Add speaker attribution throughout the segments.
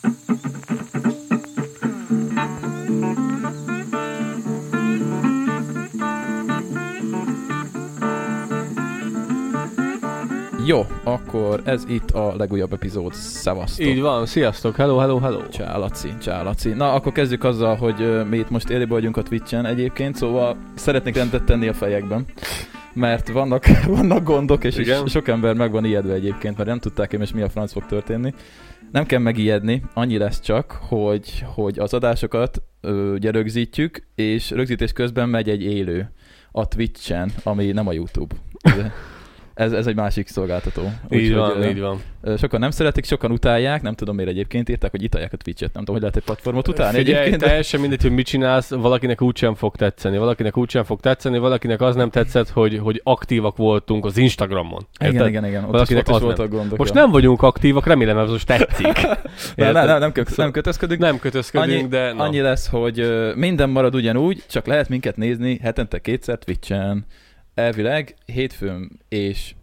Speaker 1: Jó, akkor ez itt a legújabb epizód. Szevasztok!
Speaker 2: Így van, sziasztok, hello.
Speaker 1: Csá Laci. Na, akkor kezdjük azzal, hogy mi itt most élőben vagyunk a Twitchen egyébként, szóval szeretnék rendet tenni a fejekben, mert vannak gondok, és sok ember meg van ijedve egyébként, mert nem tudták én most mi a franc fog történni. Nem kell megijedni, annyi lesz csak, hogy az adásokat ugye rögzítjük, és rögzítés közben megy egy élő a Twitchen, ami nem a YouTube. Ez egy másik szolgáltató.
Speaker 2: Így van.
Speaker 1: Sokan nem szeretik, sokan utálják, nem tudom miért egyébként, írták, hogy itálják a Twitch-et. Nem tudom, hogy lehet egy platformot utálni egyébként.
Speaker 2: Teljesen mindegy, hogy mit csinálsz, valakinek úgysem fog tetszeni, valakinek az nem tetszett, hogy aktívak voltunk az Instagramon.
Speaker 1: Igen. Ott is voltak gondok.
Speaker 2: Most nem vagyunk aktívak, remélem, ez most tetszik.
Speaker 1: Nem kötözködünk.
Speaker 2: Nem kötözködünk, de...
Speaker 1: Annyi lesz, hogy minden marad ugyanúgy, csak lehet minket nézni hetente 2-szer Twitchen. Elvileg hétfőn és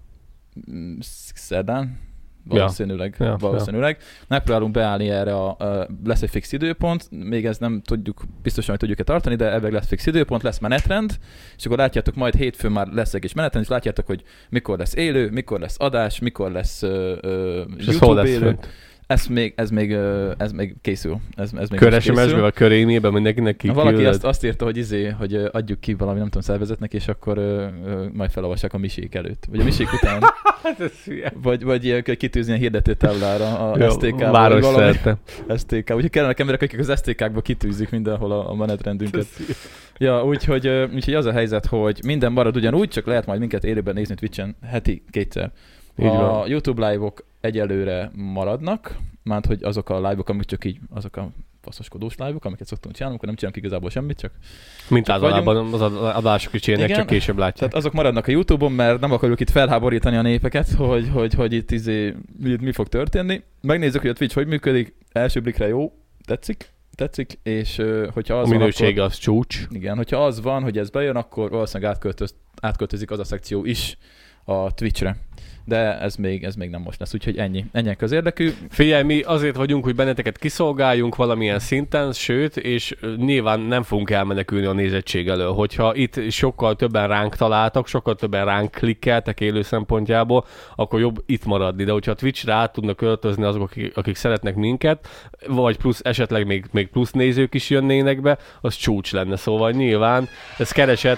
Speaker 1: szerdán, valószínűleg. Megpróbálunk beállni erre, lesz egy fix időpont, még ezt nem tudjuk, biztosan, hogy tudjuk-e tartani, de ebben lesz fix időpont, lesz menetrend, és akkor látjátok majd hétfőn már lesz egy kis menetrend, és látjátok, hogy mikor lesz élő, mikor lesz adás, mikor lesz YouTube élő. Ez még készül. Ez még
Speaker 2: Kör-SMS-ben vagy kör-e-mailben mindenkinek kiküldöd.
Speaker 1: Valaki azt írta, hogy adjuk ki valami, nem tudom, szervezetnek, és akkor majd felolvassák a misék előtt. Vagy a misék után. vagy kitűzni a hirdetőtáblára a STK-ba.
Speaker 2: Város szerte.
Speaker 1: STK. Úgyhogy kellene emberek, akik az STK-kba kitűzik mindenhol a menetrendünket. Ja, úgyhogy az a helyzet, hogy minden marad ugyanúgy, csak lehet majd minket élőben nézni Twitchen heti 2-szer. A YouTube live-ok egyelőre maradnak, mert hogy azok a live-ok, amik csak így, azok a faszoskodós live-ok, amiket szoktunk csinálni, amikor nem csinálunk igazából semmit, csak
Speaker 2: általában az adások is ilyenek, csak később látják.
Speaker 1: Tehát azok maradnak a YouTube-on, mert nem akarjuk itt felháborítani a népeket, hogy itt mi fog történni. Megnézzük, hogy a Twitch hogy működik, első blikre jó, tetszik, és hogyha az
Speaker 2: a minőség
Speaker 1: van,
Speaker 2: az csúcs.
Speaker 1: Igen, hogyha az van, hogy ez bejön, akkor valószínűleg átköltözik az a szekció is a Twitchre. De ez még nem most lesz, úgyhogy ennyi közérdekű.
Speaker 2: Figyelj, mi azért vagyunk, hogy benneteket kiszolgáljunk valamilyen szinten, sőt, és nyilván nem fogunk elmenekülni a nézettség elől. Hogyha itt sokkal többen ránk találtak, sokkal többen ránk klikkeltek élő szempontjából, akkor jobb itt maradni. De hogyha a Twitchre át tudnak költözni azok, akik szeretnek minket, vagy plusz esetleg még plusz nézők is jönnének be, az csúcs lenne. Szóval nyilván ez keresett,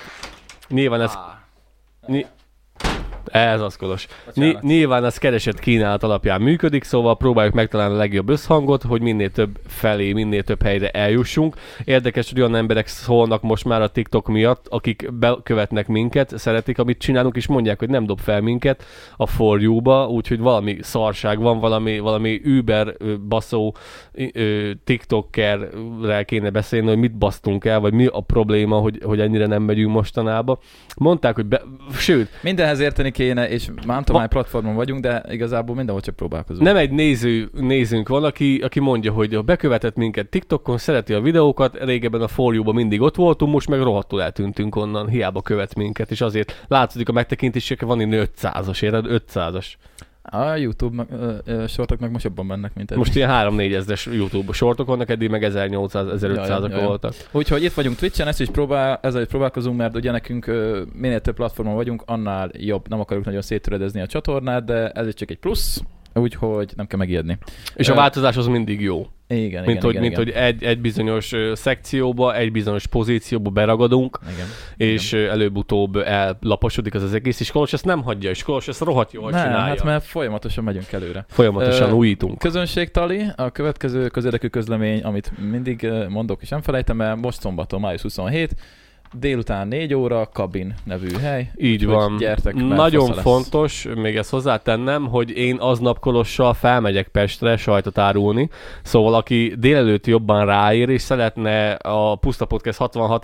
Speaker 2: ez az kolos. Nyilván ez keresett kínálat alapján működik, szóval próbáljuk megtalálni a legjobb összhangot, hogy minél több felé, minél több helyre eljussunk. Érdekes, hogy olyan emberek szólnak most már a TikTok miatt, akik bekövetnek minket, szeretik, amit csinálunk, és mondják, hogy nem dob fel minket a For You-ba, úgyhogy valami szarság van, valami Uber baszó TikTokerrel kéne beszélni, hogy mit basztunk el, vagy mi a probléma, hogy ennyire nem megyünk mostanában. Mondták, hogy sőt,
Speaker 1: mindenhez érteni kéne, és már platformon vagyunk, de igazából mindenhol csak próbálkozunk.
Speaker 2: Nem egy nézőnk van, aki mondja, hogy bekövetett minket TikTokon, szereti a videókat, régebben a For You-ban mindig ott voltunk, most meg rohadtul eltűntünk onnan, hiába követ minket, és azért látszik a megtekintések, van innen 500-as, érted? 500-as.
Speaker 1: A YouTube sortok meg most jobban mennek, mint eddig.
Speaker 2: Most ilyen 3-4 ezres YouTube sortok vannak, eddig meg 1800-1500-ak voltak.
Speaker 1: Úgyhogy itt vagyunk Twitchen, ezzel is próbálkozunk, mert ugye nekünk minél több platformon vagyunk, annál jobb. Nem akarjuk nagyon széttöredezni a csatornát, de ez csak egy plusz, úgyhogy nem kell megijedni.
Speaker 2: És a változás az mindig jó.
Speaker 1: Igen.
Speaker 2: Hogy egy bizonyos szekcióba, egy bizonyos pozícióba beragadunk, és előbb-utóbb ellaposodik az egész, és Kolos ezt nem hagyja, és Kolos ezt rohadt jól csinálja.
Speaker 1: Hát mert folyamatosan megyünk előre.
Speaker 2: Folyamatosan újítunk.
Speaker 1: Közönségtali, a következő közérdekű közlemény, amit mindig mondok és nem felejtem el, most szombaton, május 27, délután 4 óra, Kabin nevű hely.
Speaker 2: Így van.
Speaker 1: Gyertek,
Speaker 2: nagyon fontos, még ezt hozzátennem, hogy én aznap Kolossal felmegyek Pestre sajtot árulni, szóval aki délelőtt jobban ráér, és szeretne a Puszta Podcast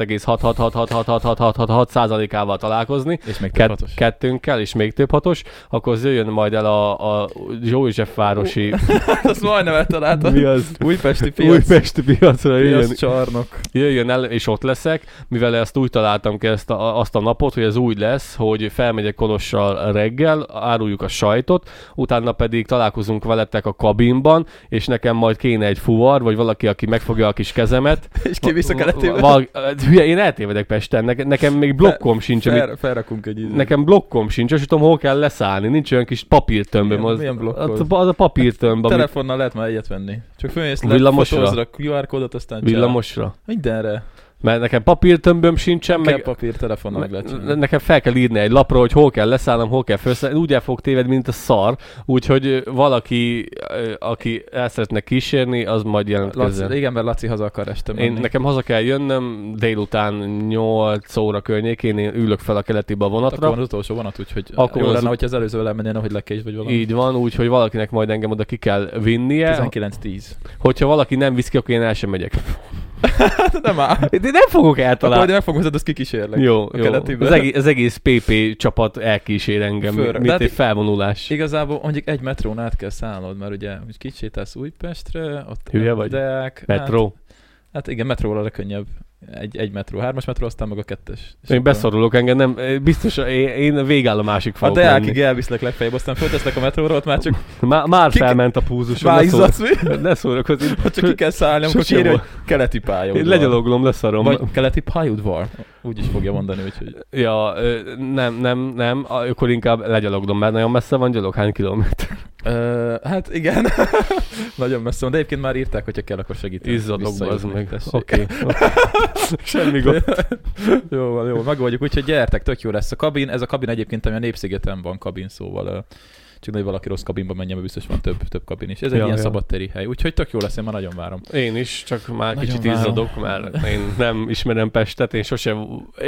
Speaker 2: 66,6666666%-ával találkozni,
Speaker 1: és még több hatos.
Speaker 2: Kettőnkkel, és még több hatos, akkor az jöjjön majd el a Józsefvárosi...
Speaker 1: Azt majdnem eltaláltam.
Speaker 2: Mi az?
Speaker 1: Újpesti piacra
Speaker 2: Újpesti piacra
Speaker 1: jöjjön. Csarnok.
Speaker 2: Jöjjön el, és ott leszek, mivel ezt úgy találtam ki azt a napot, hogy ez úgy lesz, hogy felmegyek Kolossal reggel, áruljuk a sajtot, utána pedig találkozunk veletek a kabinban, és nekem majd kéne egy fuvar, vagy valaki, aki megfogja a kis kezemet.
Speaker 1: És kivisz a keletében.
Speaker 2: Hülye, én eltévedek Pesten, nekem még blokkom sincs.
Speaker 1: Felrakunk egy ízet.
Speaker 2: Nekem blokkom sincs, és tudom, hol kell leszállni. Nincs olyan kis papírtömböm.
Speaker 1: Milyen blokkod?
Speaker 2: Az a papírtömb.
Speaker 1: Telefonnal lehet már egyet venni. Csak fölmész
Speaker 2: villamosra?
Speaker 1: a QR kódot, aztán
Speaker 2: villamosra.
Speaker 1: Mindenre.
Speaker 2: Mert nekem papírtömböm sincsen,
Speaker 1: meg papír, telefonnal meg lehet.
Speaker 2: Nekem fel kell írni egy lapra, hogy hol kell leszállnom, hol kell felszállnom. Úgy el fog tévedni, mint a szar. Úgyhogy valaki, aki el szeretne kísérni, az majd jelentkezzen.
Speaker 1: Igen, mert Laci haza akar este menni.
Speaker 2: Nekem haza kell jönnöm, délután 8 óra környékén, én ülök fel a keletibe a vonatra.
Speaker 1: Akkor van az utolsó vonat, úgyhogy akkor jó lenne, hogy az előzővel elmenjen, ahogy lekés vagy valami.
Speaker 2: Így van, úgyhogy valakinek majd engem oda ki kell vinnie.
Speaker 1: 19-10.
Speaker 2: Hogyha valaki nem visz ki, akkor én el sem megyek.
Speaker 1: Nem áll.
Speaker 2: De nem fogok eltalálni.
Speaker 1: Akkor nem fogom hozzá, azt kikísérlek.
Speaker 2: Jó. Az egész PP csapat elkísér engem, mint egy felvonulás.
Speaker 1: Igazából mondjuk egy metrón át kell szállnod, mert ugye kicsétálsz Újpestre, ott
Speaker 2: hülye vagy? Metró.
Speaker 1: Hát igen, metróval a legkönnyebb. Egy metró, 3-as metró, aztán meg a 2-es.
Speaker 2: Én beszorulok engem, nem, biztos, én végállomásig fogok
Speaker 1: menni. A Deákig elviszlek legfeljebb, aztán fölteszlek a metróra, ott már csak...
Speaker 2: Már felment a púzusom.
Speaker 1: Már izzadsz mi?
Speaker 2: Ne szórakozz.
Speaker 1: Ott csak ki kell szállni, amikor kéri, hogy keleti pályaudvar.
Speaker 2: Én legyaloglom, leszarom.
Speaker 1: Vagy keleti pályaudvar. Úgy is fogja mondani, úgyhogy...
Speaker 2: Ja, nem, akkor inkább legyaloglom, mert nagyon messze van gyalog, hány kilométer?
Speaker 1: Hát igen, nagyon messze van, de egyébként már írták, hogyha kell, akkor segíteni.
Speaker 2: Izzadok, az meg. Oké. Semmi gond.
Speaker 1: Jó, megoldjuk, úgyhogy gyertek, tök jó lesz a kabin. Ez a kabin egyébként, ami a Népszigeten van kabin, szóval csak hogy valaki rossz kabinba menjen, mert biztos van több kabin is. Ez egy ilyen szabadtéri hely, úgyhogy tök jó lesz, én már nagyon várom.
Speaker 2: Én is, csak már nagyon kicsit izzadok, mert én nem ismerem Pestet, én sosem...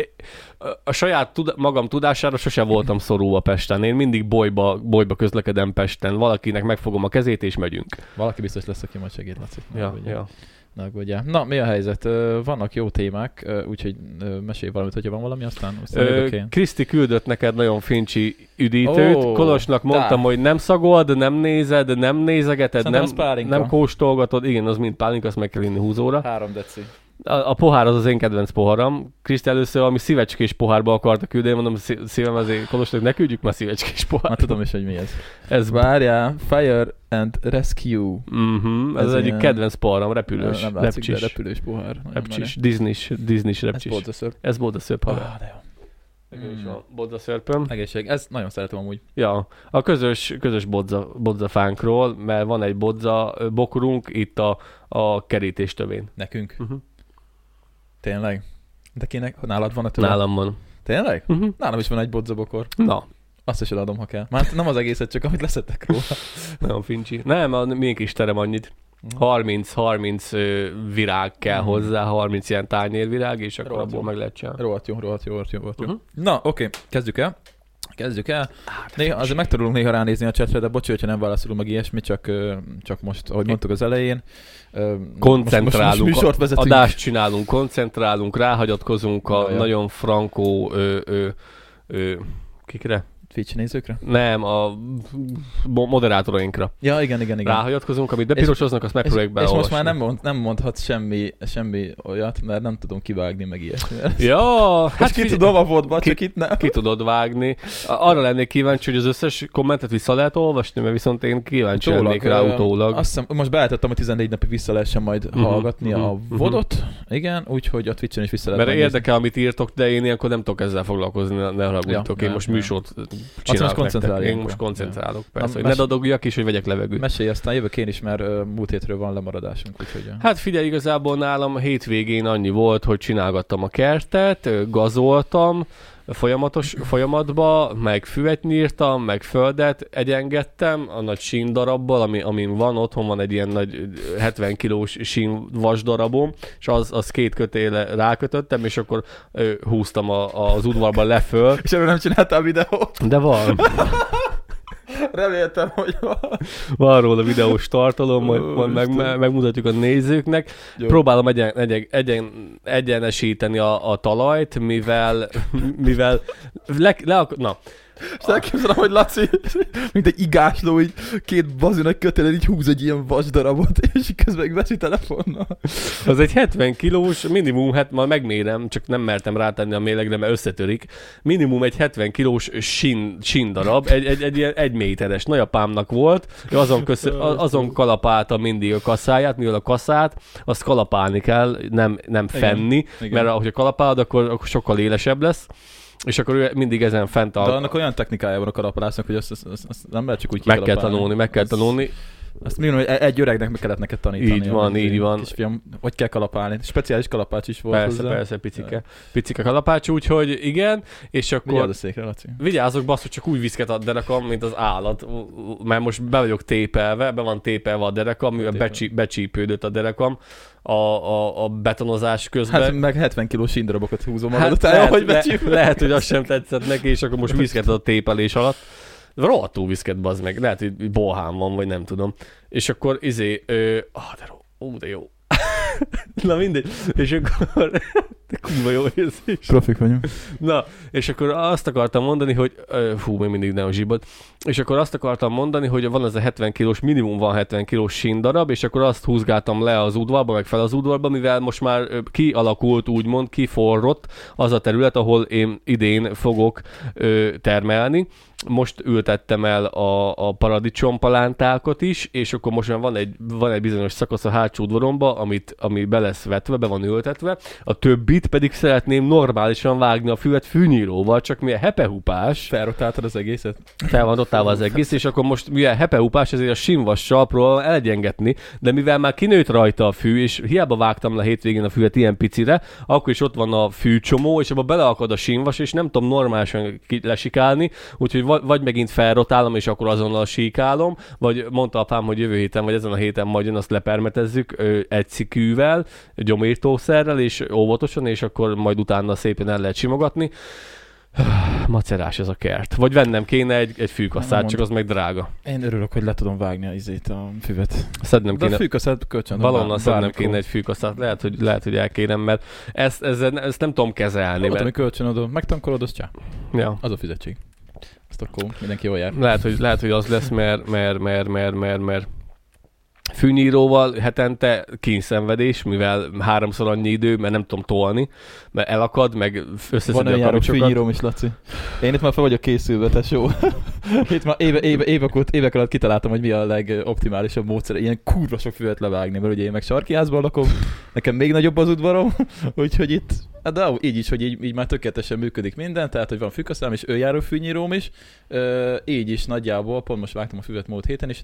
Speaker 2: A saját magam tudására sosem voltam szorulva Pesten. Én mindig bolyba közlekedem Pesten. Valakinek megfogom a kezét, és megyünk.
Speaker 1: Valaki biztos lesz, aki majd segít, Laci.
Speaker 2: Ja.
Speaker 1: Na, mi a helyzet? Vannak jó témák, úgyhogy mesélj valamit, hogyha van valami, aztán
Speaker 2: Kriszti küldött neked nagyon fincsi üdítőt. Kolosnak mondtam, hogy nem szagolod, nem nézed, nem nézegeted, nem kóstolgatod. Igen, az mind pálinka, azt meg kell inni 20 óra.
Speaker 1: 3 deci.
Speaker 2: A pohár az én kedvenc poharam. Kriszti először valami szívecskés pohárba akarta küldeni, mondom, szívem azért Kolosnak ne küldjük már szívecskés pohár.
Speaker 1: Már tudom is, hogy mi ez. Várjál, Fire and Rescue.
Speaker 2: Ez az egyik kedvenc poharam, repülős.
Speaker 1: Nem látszik, de repülős pohár.
Speaker 2: Repcsis, Disney-s repcsis.
Speaker 1: Ez
Speaker 2: boldaszörp.
Speaker 1: De jó.
Speaker 2: Bodzaszörpöm.
Speaker 1: Egészség. Ez nagyon szeretem amúgy.
Speaker 2: Ja, a közös bodzafánkról, mert van egy bodza bokrunk itt a kerítés tövén.
Speaker 1: Nekünk? Tényleg? De kinek? Nálad van a töve?
Speaker 2: Nálam van.
Speaker 1: Tényleg? Nálam is van egy bodzabokor.
Speaker 2: Na.
Speaker 1: Azt is eladom, ha kell. Már nem az egészet, csak amit leszettek róla.
Speaker 2: Nagyon fincsi. Nem, a milyen kis terem annyit. 30 virág kell hozzá, 30 ilyen tányérvirág, és akkor abból meg lehet csinálni.
Speaker 1: Rohadt jó. Na, oké, kezdjük el. Azért megtanulunk néha ránézni a chatre, de bocsánat, hogyha nem válaszolunk meg ilyesmi, csak most, ahogy mondtuk az elején.
Speaker 2: Koncentrálunk, most adást csinálunk, koncentrálunk, ráhagyatkozunk a nagyon frankó kikre?
Speaker 1: Twitch nézőkre?
Speaker 2: Nem, a moderátorainkra.
Speaker 1: Ja, igen.
Speaker 2: Ráhagyatkozunk, amit bepirosoznak, azt megpróbáljuk beolvasni. És
Speaker 1: most már nem mondhat semmi olyat, mert nem tudom kivágni meg ilyesmi.
Speaker 2: Ja,
Speaker 1: hát ki tudom a vodba, csak itt nem.
Speaker 2: Ki tudod vágni. Arra lennék kíváncsi, hogy az összes kommentet vissza lehet olvasni, mert viszont én kíváncsi lennék rá utólag.
Speaker 1: Azt hiszem, most beállítottam, hogy 14 napig vissza lehessen majd hallgatni a vodot. Igen, úgyhogy a Twitchen is vissza lehet.
Speaker 2: Mert érdekel, amit írtok, de én ilyenkor nem tudok ezzel foglalkozni, ne haragudjatok. Én most műsort én most koncentrálok, persze, hogy ne dadogjak is, hogy vegyek levegőt.
Speaker 1: Mesélj, aztán jövök én is, mert múlt hétről van lemaradásunk. Úgyhogy...
Speaker 2: Hát figyelj, igazából nálam hétvégén annyi volt, hogy csinálgattam a kertet, gazoltam folyamatba, meg füvet nyírtam, meg földet egyengettem a nagy síndarabbal, amin van, otthon van egy ilyen nagy 70 kilós sín vasdarabom, és az 2 kötélre rákötöttem, és akkor húztam az udvarban leföl.
Speaker 1: És erről nem csináltál videót?
Speaker 2: De van.
Speaker 1: Reméltem, hogy van.
Speaker 2: Van róla videós tartalom, majd megmutatjuk a nézőknek. Jó. Próbálom egyenesíteni a talajt, mivel
Speaker 1: És elképzelem, hogy Laci, mint egy igásló, így két bazinak kötélen így húz egy ilyen vasdarabot, és közben veszi telefonnal.
Speaker 2: Az egy 70 kilós, minimum, hát ma megmérem, csak nem mertem rátenni a mélegre, mert összetörik. Minimum egy 70 kilós sin darab, egy ilyen 1 méteres nagyapámnak volt, azon kalapálta mindig a kaszáját, mivel a kaszát, azt kalapálni kell, nem fenni, igen. Mert ahogy kalapálod, akkor sokkal élesebb lesz. És akkor ő mindig ezen fent
Speaker 1: De annak olyan technikája van a kalapalásznak, hogy azt nem lehet csak úgy kikalapálni.
Speaker 2: Meg kell tanulni.
Speaker 1: Azt mondom, hogy egy öregnek meg kellett neked tanítani.
Speaker 2: Így van.
Speaker 1: Kisfiam, hogy kell kalapálni. Speciális kalapács is volt
Speaker 2: persze, hozzá. Persze, picike kalapács, úgyhogy igen, és akkor...
Speaker 1: Vigyázz a székre, Laci.
Speaker 2: Vigyázok, basz, hogy csak úgy viszket a derekam, mint az állat, mert most be vagyok tépelve, be van tépelve a derekam, mivel becsípődött a derekam a betonozás közben.
Speaker 1: Hát meg 70 kilós síndarabokat húzom magad utána, hogy becsípődött.
Speaker 2: Lehet, hogy az sem tetszett neki, és akkor most viszket a tépelés alatt. Rohadtul viszket, bazd meg. Lehet, hogy bolhám van, vagy nem tudom. És akkor de jó. Na mindegy. És akkor kurva jó érzés.
Speaker 1: Profik vagyunk.
Speaker 2: Na, és akkor azt akartam mondani, hogy még mindig nem zsibad. És akkor azt akartam mondani, hogy van ez a 70 kilós, minimum van 70 kilós síndarab, és akkor azt húzgáltam le az udvarba, meg fel az udvarba, mivel most már kialakult, úgymond, kiforrott az a terület, ahol én idén fogok termelni. Most ültettem el a paradicsompalántákat is, és akkor most már van egy bizonyos szakasz a hátsó udvaromba, ami be lesz vetve, be van ültetve. A többit pedig szeretném normálisan vágni a füvet fűnyíróval, csak milyen hepehupás.
Speaker 1: Felrotáltad az egészet?
Speaker 2: Fel van rotálva az egész, és akkor most milyen hepehupás, ezért a simvassal próbálom elgyengetni, de mivel már kinőtt rajta a fű, és hiába vágtam le hétvégén a füvet ilyen picire, akkor is ott van a fűcsomó, és abba beleakad a simvas, és nem tudom normálisan lesikálni, úgyhogy vagy megint felrotálom, és akkor azonnal síkálom, vagy mondta apám, hogy jövő héten, vagy ezen a héten majd jön, azt lepermetezzük egy cikűvel, gyomírtószerrel, és óvatosan, és akkor majd utána szépen el lehet simogatni. Macerás ez a kert. Vagy vennem kéne egy fűkasszát, csak az meg drága.
Speaker 1: Én örülök, hogy le tudom vágni a füvet.
Speaker 2: Szednem kéne.
Speaker 1: De a fűkasszát kölcsön.
Speaker 2: Valóban szednem kéne egy fűkasszát. Lehet, hogy elkérem, mert ezt nem tudom kezelni.
Speaker 1: Volt, ami kölcsön adom. Megtankolod, az csá.
Speaker 2: Ja.
Speaker 1: Az a fizetség. Azt akkor mindenki jól jár.
Speaker 2: Lehet, hogy az lesz, mert fűnyíróval hetente kínszenvedés, mivel 3-szor annyi idő, mert nem tudom tolni, mert elakad, meg összeszedi a karicsokat.
Speaker 1: Fűnyíróm is, Laci. Én itt már fel vagyok készülve, tesó. Itt már évek alatt kitaláltam, hogy mi a legoptimálisabb módszer, ilyen kurva sok füvet levágni, mert ugye én meg sarkiházban lakom, nekem még nagyobb az udvarom, úgyhogy itt, de így is, hogy így már tökéletesen működik minden, tehát hogy van fűkaszám és őjáró fűnyíróm is, így is nagyjából, pont most vágtam a füvet múlt héten, és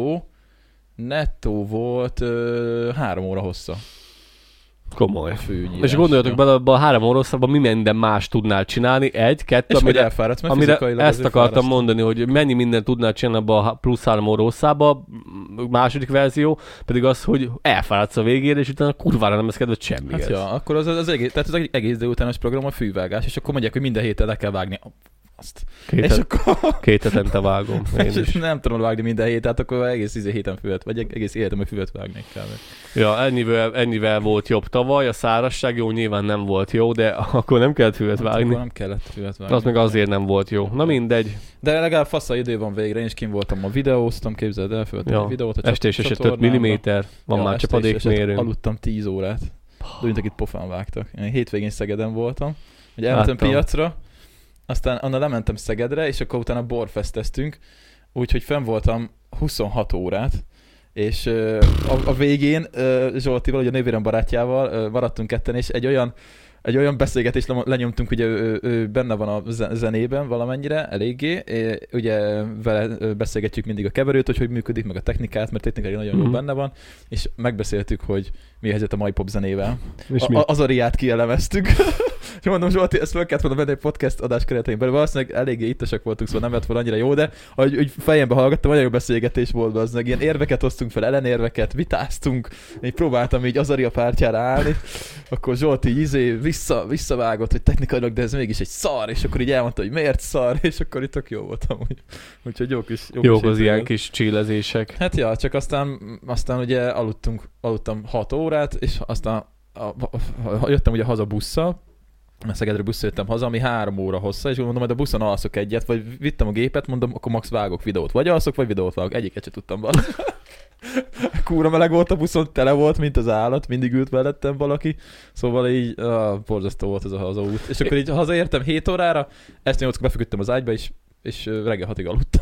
Speaker 1: nettó volt 3 óra hossza.
Speaker 2: Komoly. És gondoljatok bele, abban a 3 óra hosszában mi minden más tudnál csinálni. 1, 2, amire ezt akartam mondani, hogy mennyi mindent tudnál csinálni abban a plusz 3 óra hosszában. Második verzió pedig az, hogy elfáradsz a végére, és utána kurvára nem lesz kedved semmihez.
Speaker 1: Hát ja, akkor az egész délutános program a fűvágás, és akkor mondják, hogy minden héten le kell vágni azt.
Speaker 2: Két hetente vágom.
Speaker 1: És nem tudom vágni minden héten, tehát akkor egész héten füvet, vagy egész életemben füvet vágnék kell.
Speaker 2: Ja, ennyivel volt jobb tavaly, a szárazság jó, nyilván nem volt jó, de akkor nem kellett füvet vágni.
Speaker 1: Akkor nem kellett füvet vágni.
Speaker 2: Az meg azért nem volt jó. Na mindegy.
Speaker 1: De legalább fasz idő van végre, én is kim voltam ma videóztam, képzeld el, fölvettem a videót a
Speaker 2: este és esett 5 mm, van már csapadékmérőn.
Speaker 1: Aludtam 10 órát, úgy, akit pofán vágtak. Én hétvégén Szegeden voltam, hogy elmentem piacra, aztán onnan lementem Szegedre, és akkor utána borfeszteztünk, úgyhogy fenn voltam 26 órát, és a végén Zsoltival, ugye a nővérem barátjával maradtunk ketten, és egy olyan beszélgetést lenyomtunk, ugye ő benne van a zenében valamennyire, eléggé, ugye vele beszélgetjük mindig a keverőt, hogy működik, meg a technikát, mert technikai nagyon jó benne van, és megbeszéltük, hogy mi a helyzet a mai pop zenével. Az Ariát kielemeztük. És mondom, Zsolti, ezt fel kellett volna venni egy podcast adás keretein belül. Valószínűleg eléggé ittasak voltunk, szóval nem lett volna annyira jó, de ahogy fejembe hallgattam, nagyon jó beszélgetés volt, az meg ilyen érveket hoztunk fel, ellenérveket, vitáztunk, én próbáltam így az Aria pártjára állni, akkor Zsolti visszavágott, hogy technikailag, de ez mégis egy szar, és akkor így elmondta, hogy miért szar, és akkor itt tök jó voltam. Úgyhogy jók
Speaker 2: az ilyen kis csillezések.
Speaker 1: Hát ja, csak aztán ugye aludtam 6 órát, és aztán jöttem ugye haza busszal, Szegedről busszal jöttem haza, ami 3 óra hossza, és mondom, hogy a buszon alszok egyet, vagy vittem a gépet, mondom, akkor max vágok videót. Vagy alszok, vagy videót vágok. Egyiket sem tudtam valami. Kúra meleg volt a buszon, tele volt, mint az állat, mindig ült mellettem valaki. Szóval így borzasztó volt ez a hazaút. És akkor így hazaértem 7 órára, este 8-kor befeküdtem az ágyba, és reggel 6-ig aludtam.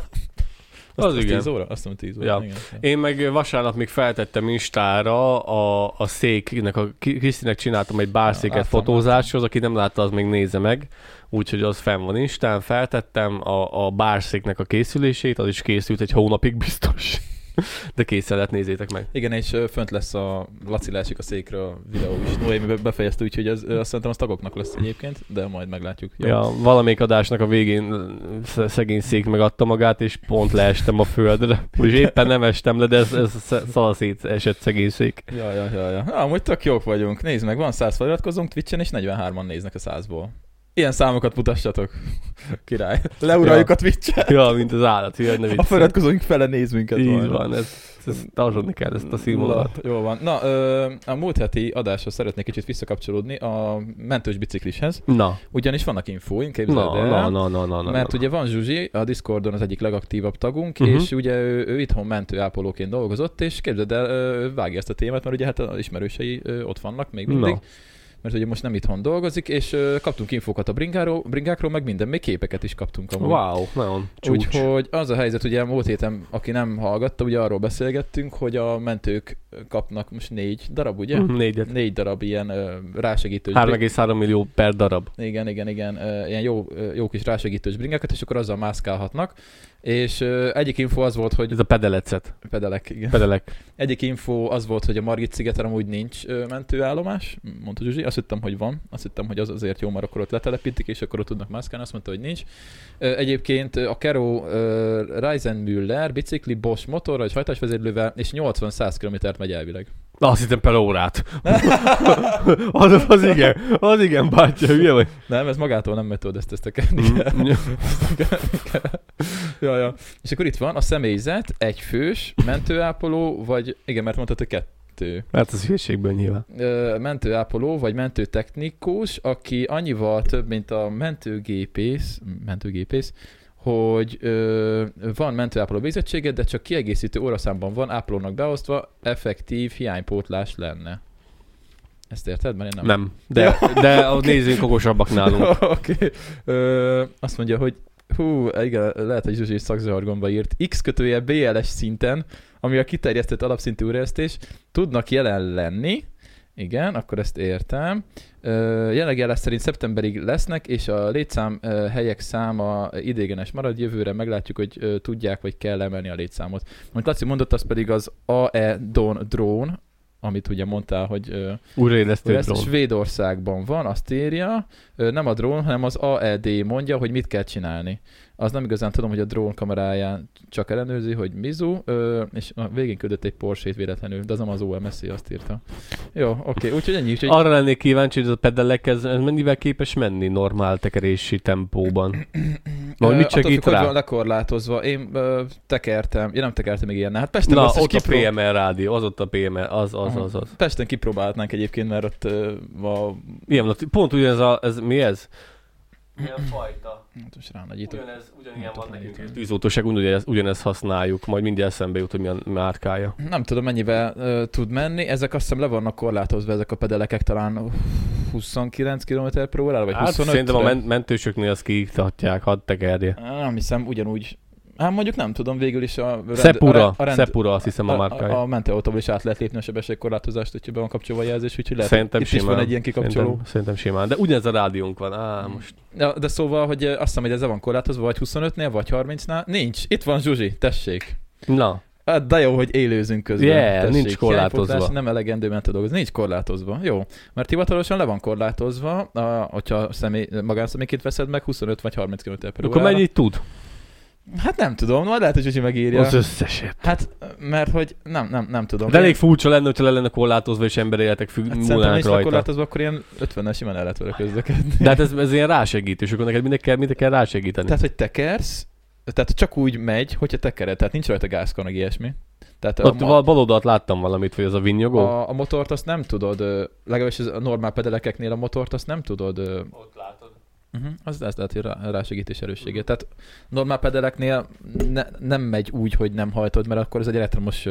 Speaker 1: Az igen. 10 óra? Azt mondom 10 óra.
Speaker 2: Ja. Igen. Én meg vasárnap még feltettem Instára a széknek, Krisztinek csináltam egy bárszéket fotózáshoz, aki nem látta, az még nézze meg. Úgyhogy az fenn van Instán, feltettem a bárszéknek a készülését, az is készült egy hónapig biztos. De készen lett, nézzétek meg.
Speaker 1: Igen, és fönt lesz a Laci leesik a székről a videó is. Noémi befejezte, úgyhogy azt szerintem az tagoknak lesz egyébként, de majd meglátjuk. Jó.
Speaker 2: Ja, valamelyik adásnak a végén szegény szék megadta magát, és pont leestem a földre. Úgyhogy éppen nem estem le, de ez szalaszét esett szegény szék.
Speaker 1: Ja. Amúgy tök jók vagyunk. Nézd meg, van 100 feliratkozónk Twitchen, és 43-an néznek a 100-ból. Ilyen számokat mutassatok. Király. Leuraljuk a Twitch-et.
Speaker 2: Ja, mint az állat.
Speaker 1: A feliratkozóink fele néz minket.
Speaker 2: Így van, ez tartsodni kell ezt a színvonalat.
Speaker 1: Jó van. Na, a múlt heti adáshoz szeretnék kicsit visszakapcsolódni a mentős biciklishez.
Speaker 2: Na.
Speaker 1: Ugyanis vannak infóink, képzeld el.
Speaker 2: Na.
Speaker 1: Mert ugye van Zsuzsi, a Discordon az egyik legaktívabb tagunk, és ugye ő itthon mentőápolóként dolgozott, és képzeld el, vágja ezt a témát, mert ugye hát az ismerősei ott vannak még mindig. Mert ugye most nem itthon dolgozik, és kaptunk infókat a bringákról, meg minden, még képeket is kaptunk amúgy.
Speaker 2: Wow, nagyon csúcs.
Speaker 1: Úgyhogy az a helyzet, ugye múlt héten, aki nem hallgatta, ugye arról beszélgettünk, hogy a mentők kapnak most 4 darab, ugye? 4 darab ilyen rásegítős
Speaker 2: 3,3 millió per darab.
Speaker 1: Igen, ilyen jó kis rásegítős bringákat, és akkor azzal mászkálhatnak. És egyik info az volt, hogy...
Speaker 2: Ez a pedelecet.
Speaker 1: Pedelek, igen.
Speaker 2: Pedelek.
Speaker 1: Egyik info az volt, hogy a Margit szigeten amúgy nincs mentőállomás, mondta Zsuzsi. Azt hittem, hogy van. Azt hittem, hogy az azért jó, mert akkor ott letelepítik, és akkor ott tudnak mászkálni. Azt mondta, hogy nincs. Egyébként a Kero Reisenmüller bicikli Bosch motorra, vagy hajtásvezérlővel, és 80-100 km-t megy elvileg.
Speaker 2: Azt hittem per órát. az igen, bátya, hülye vagy.
Speaker 1: Nem, ez magától nem megy, tudod, ezt tekerni kell. Ja. És akkor itt van a személyzet, egyfős, mentőápoló, vagy igen, mert mondtad, hogy 2.
Speaker 2: Hát az hülyeségből nyilván.
Speaker 1: Mentőápoló, vagy mentőtechnikus, aki annyival több, mint a mentőgépész, hogy van mentőápoló végzettsége, de csak kiegészítő óraszámban van ápolónak beosztva, effektív hiánypótlás lenne. Ezt érted? Mert én
Speaker 2: nem. De a nézőink okosabbak nálunk.
Speaker 1: Oké. Azt mondja, hogy igen, lehet, hogy Zsuzsi szakzsargonba írt. X-BLS szinten, ami a kiterjesztett alapszintű újraélesztés, tudnak jelen lenni. Igen, akkor ezt értem. Jelenlegi állás szerint szeptemberig lesznek, és a létszám helyek száma idéglenes marad. Jövőre meglátjuk, hogy tudják, vagy kell emelni a létszámot. Amit Laci mondott, az pedig az AE-DON drón, amit ugye mondtál, hogy
Speaker 2: újraélesztő drón.
Speaker 1: Svédországban van, azt írja. Nem a drón, hanem az AED mondja, hogy mit kell csinálni. Az nem igazán tudom, hogy a drón kameráján csak ellenőrzi, hogy mizu, és a végén küldött egy Porsche-t véletlenül, de az nem az OMSZ, azt írta. Jó, oké, úgyhogy ennyi. Úgyhogy...
Speaker 2: Arra lennék kíváncsi, hogy ez a pedelek, ez mennyivel képes menni normál tekerési tempóban? Mit segít rá?
Speaker 1: Hogy van lekorlátozva. Én tekertem, én nem tekertem még ilyen. Hát Pesten
Speaker 2: ott a PMR rádió, az ott a PMR, az.
Speaker 1: Pesten kipróbálhatnánk egyébként, mert ott
Speaker 2: ilyen, pont ugyanez ez mi ez? Milyen fajta?
Speaker 1: Most ránagyítok.
Speaker 2: Ugyanilyen van nekünk. Tűzoltóság, ugyanezt használjuk, majd mindjárt eszembe jut, hogy milyen márkája.
Speaker 1: Nem tudom, mennyivel tud menni. Ezek azt hiszem le vannak korlátozva, ezek a pedelekek talán 29 km/h, vagy 25.
Speaker 2: Szerintem a mentősöknél azt kiiktatják, hadd tekerje.
Speaker 1: Nem hiszem, ugyanúgy. Hát mondjuk nem tudom, végül is
Speaker 2: Szepura azt hiszem a márkája.
Speaker 1: A mentőautóval is át lehet lépni a sebességkorlátozást, hogyha be van kapcsolva a jelzés, úgyhogy lehet,
Speaker 2: szerintem
Speaker 1: itt
Speaker 2: simán.
Speaker 1: is van egy ilyen kikapcsoló.
Speaker 2: Szerintem simán, de ugyanez a rádiónk van. Most.
Speaker 1: De szóval, hogy azt hiszem, hogy ez van korlátozva, vagy 25-nél, vagy 30-nál. Nincs. Itt van Zsuzsi, tessék.
Speaker 2: Na.
Speaker 1: Hát de jó, hogy élőzünk közben.
Speaker 2: Yeah, nincs korlátozva.
Speaker 1: Nem elegendő mentő dolgozni. Nincs korlátozva. Jó. Mert hivatalosan le van korlátozva, hogyha magánszemélyként veszed meg 25 vagy 30 km/h.
Speaker 2: Akkor mennyit tud?
Speaker 1: Hát nem tudom, majd lehet, hogy Zsuzsi megírja.
Speaker 2: Az összeset.
Speaker 1: Hát, mert hogy nem tudom.
Speaker 2: De elég furcsa lenne, hogyha le lenne korlátozva, és emberéletek múlnának rajta.
Speaker 1: Korlátozva, akkor ilyen 50-nel simán el lehet vele közlekedni.
Speaker 2: De hát ez ilyen rásegítős, akkor neked mindig kell rásegíteni.
Speaker 1: Tehát, hogy tekersz, tehát csak úgy megy, hogyha tekered, tehát nincs rajta gázkar, meg ilyesmi.
Speaker 2: Tehát ott bal oldalt láttam valamit, hogy az a vinnyogó?
Speaker 1: A motort azt nem tudod, legalábbis a normál pedelekeknél a motort azt nem tudod.
Speaker 2: Ott látod.
Speaker 1: Az lehet, hogy rásegítés erősségét. Tehát normál pedeleknél nem megy úgy, hogy nem hajtod, mert akkor ez egy elektromos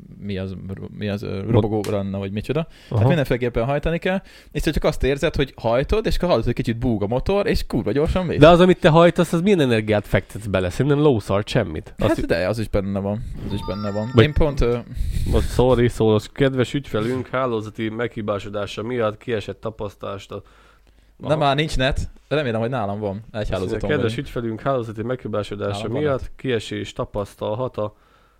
Speaker 1: mi az robogó ranna, vagy micsoda. Tehát mindenféleképpen hajtani kell, és csak azt érzed, hogy hajtod, és akkor hallod, hogy kicsit búg a motor, és kurva gyorsan mész.
Speaker 2: De az, amit te hajtasz, az milyen energiát fektetsz bele? Szerintem lószart semmit.
Speaker 1: Hát de az is benne van. Én pont...
Speaker 2: Sorry, kedves ügyfelünk hálózati meghibásodása miatt kiesett tapasztalást.
Speaker 1: Na már nincs net, remélem, hogy nálam van egy hálózatom.
Speaker 2: Kedves ügyfelünk hálózati meghibásodása miatt kiesés tapasztalhat a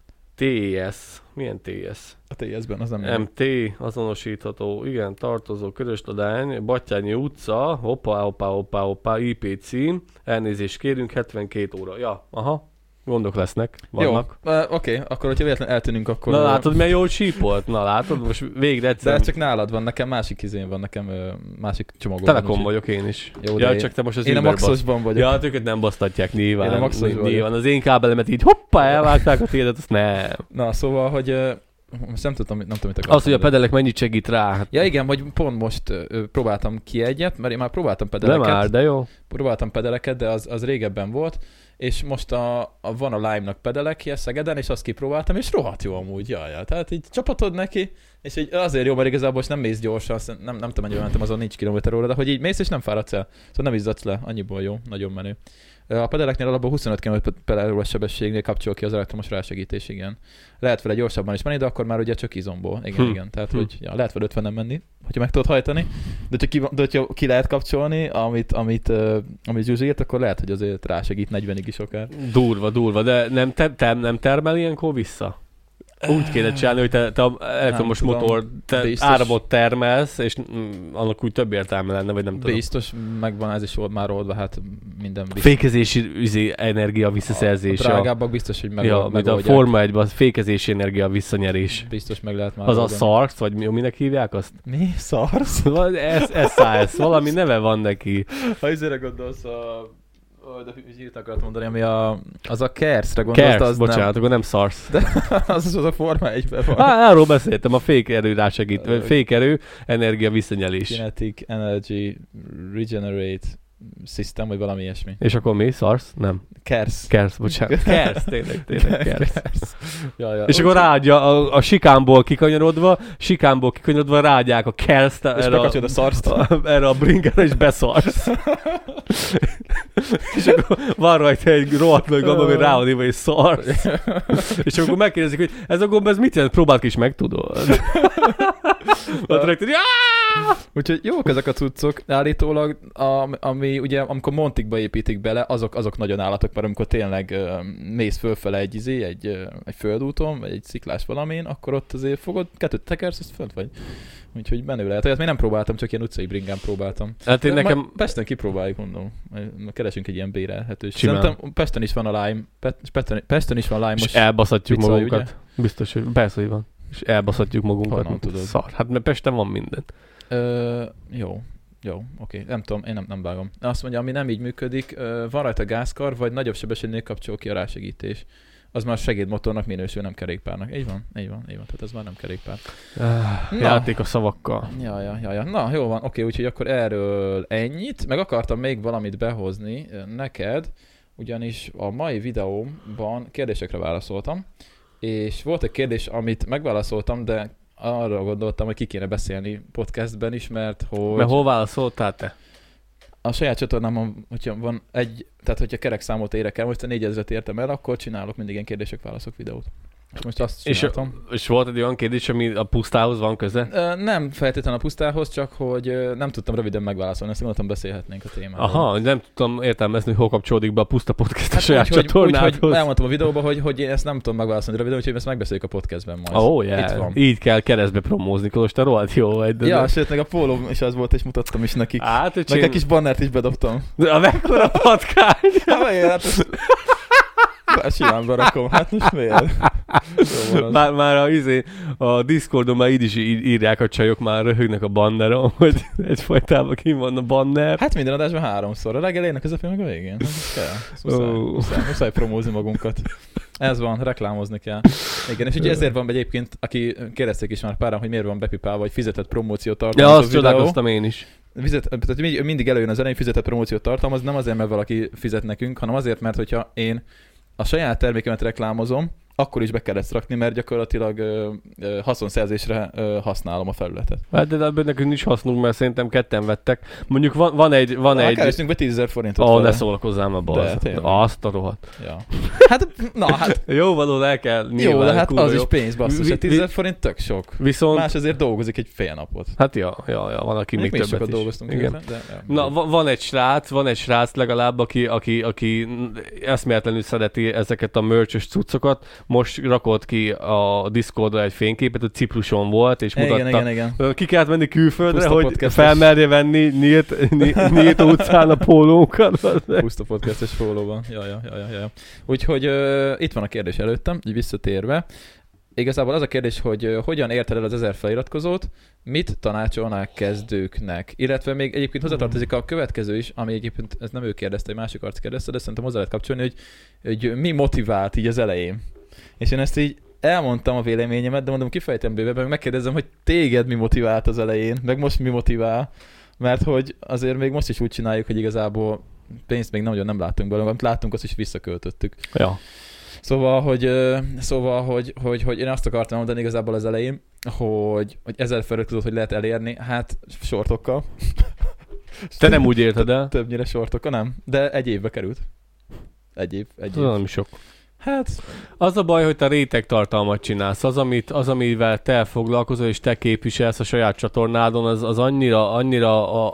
Speaker 2: TS. Milyen TS?
Speaker 1: A TS-ben az nem
Speaker 2: MT azonosítható, igen, tartozó Körösladány, Battyányi utca, hoppá, IP cím, elnézést kérünk, 72 óra. Ja, aha. Gondok lesznek, vannak.
Speaker 1: Jó, oké, akkor hogyha véletlenül eltűnünk, akkor...
Speaker 2: Na látod, milyen jól sípolt? Na látod, most végre egyszer...
Speaker 1: De csak nálad van, nekem másik izén van, nekem másik csomagom.
Speaker 2: Telekom vagyok én is.
Speaker 1: Jó,
Speaker 2: ja, csak te most az
Speaker 1: én a Maxosban vagyok.
Speaker 2: Ja, őket nem basztatják nyilván.
Speaker 1: Én a Maxosban
Speaker 2: vagyok. Az én kábelemet így hoppá, elvágták a tiédet, azt nem.
Speaker 1: Na, szóval, hogy... Most nem tudom, mit akartam.
Speaker 2: Az, hogy a pedelek mennyit segít rá. Hát...
Speaker 1: Ja igen, vagy pont most próbáltam ki egyet, mert én már próbáltam pedeleket.
Speaker 2: Nem már, de jó.
Speaker 1: Próbáltam pedeleket, de az régebben volt. És most van a Lime-nak pedelekje Szegeden, és azt kipróbáltam, és rohadt jó amúgy, jaj. Tehát így csapatod neki, és így azért jó, mert igazából most nem mész gyorsan, nem tudom, mennyire mentem, azon nincs kilométer-óra, de hogy így mész és nem fáradsz el. Szóval nem izzadsz le, annyiból jó, nagyon menő. A pedeleknél alapból 25 km/h sebességnél kapcsol ki az elektromos rásegítés, igen. Lehet vele gyorsabban is menni, de akkor már ugye csak izomból. Igen. Tehát, hogy lehet vele 50-en menni, hogyha meg tudod hajtani. De hogyha ki lehet kapcsolni, amit Zsuzsi írt, akkor lehet, hogy azért rásegít 40-ig is akár.
Speaker 2: Durva, de nem termel ilyenkor vissza? Úgy kéne csinálni, hogy te elektromos motor áramot termelsz, és annak úgy több értelme lenne, vagy nem tudom.
Speaker 1: Biztos megvan, ez is már oldva, hát minden biztos.
Speaker 2: Fékezési energia visszaszerzése.
Speaker 1: A drágábbak biztos, hogy megoldják.
Speaker 2: Mint a Forma 1-ben fékezési energia visszanyerés.
Speaker 1: Biztos meg lehet már
Speaker 2: az oldani. A SARS, vagy minek hívják azt?
Speaker 1: Mi? SARS?
Speaker 2: SAS, valami neve van neki.
Speaker 1: Ha izére gondolsz de írt akart mondani, ami az a KERS-re gondolsz,
Speaker 2: KERS,
Speaker 1: az
Speaker 2: bocsánat,
Speaker 1: nem.
Speaker 2: akkor nem SARS.
Speaker 1: De az a Forma 1-ben van.
Speaker 2: Arról beszéltem, a fékerő rásegít, fékerő energia visszanyelés.
Speaker 1: Kinetic Energy Regenerate System, vagy valami ilyesmi.
Speaker 2: És akkor mi? SARS? Nem.
Speaker 1: KERS,
Speaker 2: bocsánat. KERS, tényleg KERS.
Speaker 1: Ja.
Speaker 2: És akkor ráadja a sikánból kikanyarodva ráadják a KERS-t erre a bringerre, és beszarsz. És akkor van rajta egy rohadt nagy gomb, ami rá van írva, és szarsz. És akkor megkérdezik, hogy ez a gomb, ez mit jelent? Próbáld ki, és meg tudod.
Speaker 1: Úgyhogy jók ezek a cuccok. Állítólag, ami ugye, amikor Montikba építik bele, azok nagyon állatok, mert amikor tényleg mész fölfele egy földúton, vagy egy sziklás valamin, akkor ott azért fogod, kettőt tekersz, azt fönt vagy. Úgyhogy menő lehet. Ezt még nem próbáltam, csak ilyen utcai bringán próbáltam.
Speaker 2: Hát én nekem...
Speaker 1: Pesten kipróbáljuk, mondom. Keresünk egy ilyen bérelhetőséget. Szerintem Pesten is van a Lime. Pesten is van Lime most.
Speaker 2: És elbaszhatjuk magunkat.
Speaker 1: Ugye?
Speaker 2: Biztos, hogy persze, hogy van. És elbaszhatjuk magunkat.
Speaker 1: Honnan tudod?
Speaker 2: Szar. Hát mert Pesten van minden.
Speaker 1: Jó, oké. Nem tudom, én nem vágom. Azt mondja, ami nem így működik, van rajta gázkar, vagy nagyobb sebességnél kapcsol ki a rásegítés. Az már segédmotornak minősül, nem kerékpárnak. Így van. Tehát ez már nem kerékpár.
Speaker 2: Játék a szavakkal.
Speaker 1: Ja. Na, jó van. Oké, úgyhogy akkor erről ennyit. Meg akartam még valamit behozni neked, ugyanis a mai videómban kérdésekre válaszoltam, és volt egy kérdés, amit megválaszoltam, de arra gondoltam, hogy ki kéne beszélni podcastben is, mert
Speaker 2: hol válaszoltál te?
Speaker 1: A saját csatornámon, hogyha van tehát hogyha kerek számot érek el, most a 4000-et értem el, akkor csinálok mindig ilyen kérdések-válaszok videót. Most azt csináltam.
Speaker 2: És volt egy olyan kérdés, ami a pusztához van köze?
Speaker 1: Nem feltétlenül a pusztához, csak hogy nem tudtam röviden megválaszolni, ezt gondoltam, beszélhetnénk a témáról.
Speaker 2: Aha, nem tudtam értelmezni, hogy hol kapcsolódik be a puszta podcast a saját csatornádhoz.
Speaker 1: Úgy, elmondtam a videóban, hogy én ezt nem tudom megválaszolni röviden, úgyhogy ezt megbeszéljük a podcastben majd.
Speaker 2: Itt van. Így kell keresztbe promózni, Kolos, te rohadt jó vagy.
Speaker 1: Ja, sőt, meg a pólóm is az volt, és mutattam is nekik. Meg egy kis bannert is bedobtam.
Speaker 2: De a mekkora patkány!
Speaker 1: Simán berakom, hát most miért?
Speaker 2: Már a Discordon már így is írják a csajok, már röhögnek a banneron, hogy egyfajtában ki van a banner.
Speaker 1: Hát minden adásban 3-szor. A legelején, a közepén, meg a végén. Muszáj promózni magunkat. Ez van, reklámozni kell. Igen, és ugye ezért van egyébként, aki kérdezték is már páran, hogy miért van bepipálva, vagy fizetett promóciót tartalmaz
Speaker 2: a videó. Ja, azt csodálkoztam én is.
Speaker 1: Tehát mindig előjön az elején fizetett promóciót tartalmaz, nem azért, mert valaki fizet nekünk, hanem azért, mert hogyha én a saját termékemet reklámozom, akkor is be kell ezt rakni, mert gyakorlatilag haszonszerzésre használom a felületet.
Speaker 2: Hát de ebből nekünk nincs hasznunk, mert szerintem ketten vettek. Mondjuk van egy...
Speaker 1: Keresünk be 10 000 forintot.
Speaker 2: Ó, ne szórakozzám abba. Azt a rohadt.
Speaker 1: Ja. Hát...
Speaker 2: Jó, való, el kell
Speaker 1: nyilván. Jó, de hát az is pénz, basszus. 10 000 forint tök sok.
Speaker 2: Viszont...
Speaker 1: Más azért dolgozik egy fél napot.
Speaker 2: Hát ja, van, aki még többet is.
Speaker 1: Dolgoztunk.
Speaker 2: Igen. Na, van egy srác legalább, aki eszméletlenül szereti ezeket a merch-ös cuccokat. Most rakott ki a Discordra egy fényképet, hogy Cipruson volt, és mutatta. Igen. Ki kellett menni külföldre, puszta hogy felmerje venni nyílt utcán a pólónkat.
Speaker 1: Puszta podcastes pólóban. Ja. Úgyhogy itt van a kérdés előttem, így visszatérve. Igazából az a kérdés, hogy hogyan érted el az 1000 feliratkozót, mit tanácsolnák kezdőknek? Illetve még egyébként hozzátartozik a következő is, ami egyébként, ez nem ő kérdezte, egy másik arc kérdezte, de szerintem hozzá lehet kapcsolni, hogy mi motivált így az elején. És én ezt így elmondtam a véleményemet, de mondom, kifejtem bővebben, megkérdezem, hogy téged mi motivált az elején, meg most mi motivál, mert hogy azért még most is úgy csináljuk, hogy igazából pénzt még nagyon nem láttunk belőle, amit láttunk, azt is visszaköltöttük.
Speaker 2: Ja.
Speaker 1: Szóval, hogy én azt akartam mondani igazából az elején, hogy 1000 feliratkozót hogy lehet elérni, hát sortokkal.
Speaker 2: Te nem úgy érted el?
Speaker 1: Többnyire sortokkal, nem, de egy évbe került. Egy év.
Speaker 2: Nem sok.
Speaker 1: Hát...
Speaker 2: Az a baj, hogy te réteg tartalmat csinálsz. Az, amivel te foglalkozol, és te képviselsz a saját csatornádon, az annyira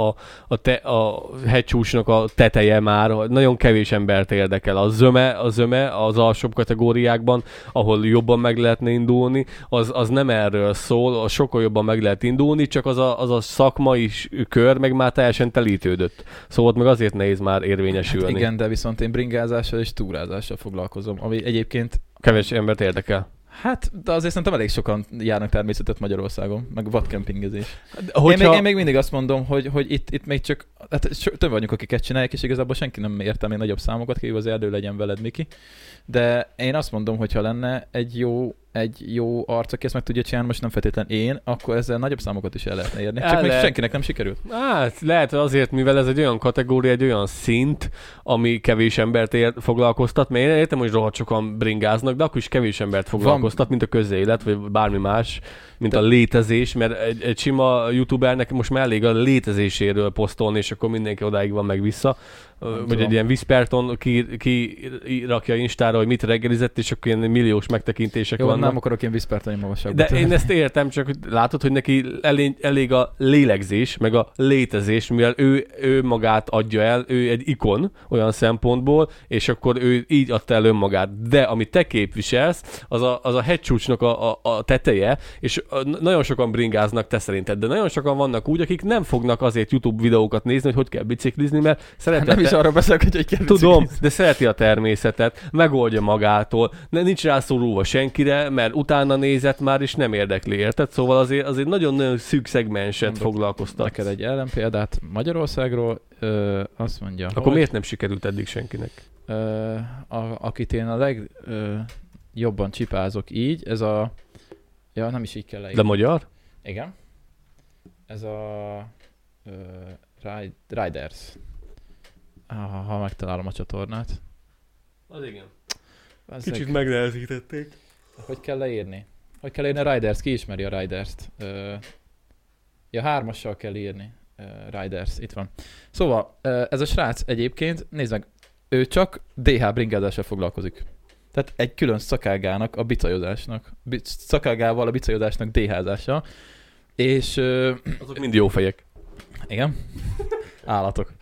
Speaker 2: a hegycsúcsnak a teteje már, nagyon kevés embert érdekel. A zöme az alsóbb kategóriákban, ahol jobban meg lehetne indulni, az nem erről szól, az sokkal jobban meg lehet indulni, csak az a szakmai kör meg már teljesen telítődött. Szóval meg azért nehéz már érvényesülni.
Speaker 1: Hát igen, de viszont én bringázással és túrázással foglalkozom, ami egyébként...
Speaker 2: Kevés embert érdekel.
Speaker 1: Hát, de azért szerintem elég sokan járnak természetet Magyarországon, meg vadkempingezés. Én még mindig azt mondom, hogy itt még csak... Hát több vagyunk, akiket csinálják, és igazából senki nem érte még nagyobb számokat, kívül az erdő legyen veled, Miki. De én azt mondom, hogy ha lenne egy jó arc, aki ezt meg tudja csinálni, most nem feltétlenül én, akkor ezzel nagyobb számokat is el lehetne érni. Csak még senkinek nem sikerült.
Speaker 2: Hát lehet azért, mivel ez egy olyan kategória, egy olyan szint, ami kevés embert foglalkoztat, mert én értem, hogy rohadt sokan bringáznak, de akkor is kevés embert foglalkoztat, mint a közélet, vagy bármi más, mint a létezés, mert egy sima youtubernek most már elég a létezéséről posztolni, és akkor mindenki odáig van meg vissza. Vagy egy ilyen Whisperton rakja Instára, hogy mit reggelizett, és akkor ilyen milliós megtekintések vannak.
Speaker 1: Nem akarok ilyen Whisperton magasabbat.
Speaker 2: De én ezt értem, csak látod, hogy neki elég a lélegzés, meg a létezés, mivel ő magát adja el, ő egy ikon olyan szempontból, és akkor ő így adta el önmagát. De amit te képviselsz, az a hegycsúcsnak a teteje, és nagyon sokan bringáznak te szerinted, de nagyon sokan vannak úgy, akik nem fognak azért YouTube videókat nézni, hogy kell biciklizni, mert szeretnek.
Speaker 1: Arra beszélek, hogy egy
Speaker 2: tudom, de szereti a természetet, megoldja magától, nincs rászorulva senkire, mert utána nézett már, és nem érdekli, érted? Szóval azért nagyon-nagyon szűk szegmenset foglalkoztat.
Speaker 1: Neked egy ellenpéldát Magyarországról, azt mondja,
Speaker 2: akkor miért nem sikerült eddig senkinek?
Speaker 1: Akit én a legjobban csipázok így, ez a... Ja, nem is így kell leírni.
Speaker 2: De magyar?
Speaker 1: Igen. Ez a... Riders. Ha megtalálom a csatornát.
Speaker 2: Az igen. Kicsit megnehezítették.
Speaker 1: Hogy kell leírni? Hogy kell írni a Riders? Ki ismeri a Riders-t? Ja, 3-assal kell írni. Riders, itt van. Szóval, ez a srác egyébként, nézd meg, ő csak DH bringázással foglalkozik. Tehát egy külön szakágának a bicajozásnak. Szakágával a bicajozásnak DH-zása. És...
Speaker 2: Azok mind jó fejek.
Speaker 1: Igen. Állatok.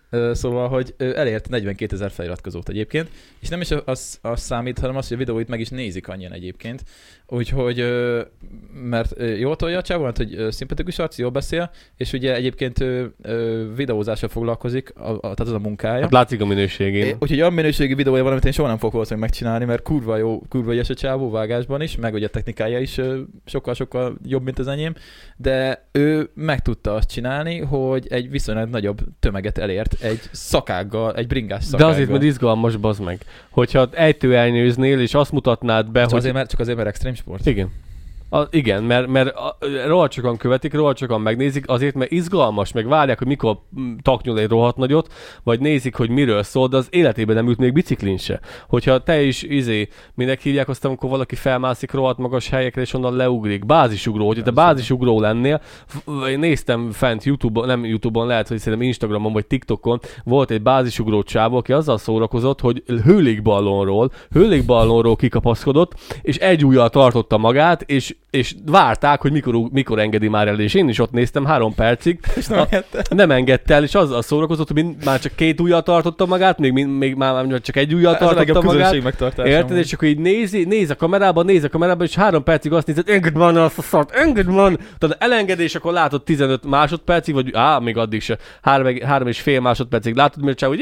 Speaker 1: Szóval, hogy elért 42 000 feliratkozót egyébként, és nem is az számít, hanem az, hogy a videóit meg is nézik annyian egyébként. Úgyhogy, mert jól tolja a csávó, hogy szimpatikus arc, jól beszél, és ugye egyébként videózással foglalkozik, tehát az a munkája.
Speaker 2: Hát látszik a minőségén.
Speaker 1: Úgyhogy olyan minőségi videója van, amit én soha nem fogok valószínűleg megcsinálni, mert kurva jó a csávó vágásban is, meg ugye a technikája is sokkal-sokkal jobb, mint az enyém, de ő meg tudta azt csinálni, hogy egy viszonylag nagyobb tömeget elért egy szakággal, egy bringás szakággal.
Speaker 2: De azért, mert izgalmas, bazd meg. Hogyha ejtőelnyőznél, és azt mutatnád be, hogy...
Speaker 1: Csak azért, mert extrém sport?
Speaker 2: Igen. Igen, mert rohadt sokan követik, rohadt sokan megnézik, azért, mert izgalmas, meg várják, hogy mikor taknyol egy rohadt nagyot, vagy nézik, hogy miről szól, de az életében nem ült még biciklin se. Hogyha te is minek hívják azt, amikor valaki felmászik rohadt magas helyekre, és onnan leugrik. Bázisugró, hogyha te bázisugró lennél, én néztem fent YouTube-on, nem YouTube-on, lehet, hogy szerintem Instagramon vagy TikTokon, volt egy bázisugró csávó, aki azzal szórakozott, hogy hőlékballonról kikapaszkodott, és egy ujjal tartotta magát, és várták, hogy mikor engedi már el, és én is ott néztem 3 percig.
Speaker 1: És
Speaker 2: nem engedte el, és azzal szórakozott, hogy már csak 2 ujjal tartotta magát, még már csak egy ujjal tartotta magát. Érted? És akkor így néz a kamerában, és 3 percig azt nézett, engedd van azt a szart, engedd van! Tehát elengedés, akkor látod 15 másodpercig, vagy még addig se, 3,5 másodpercig látod, mert csak úgy,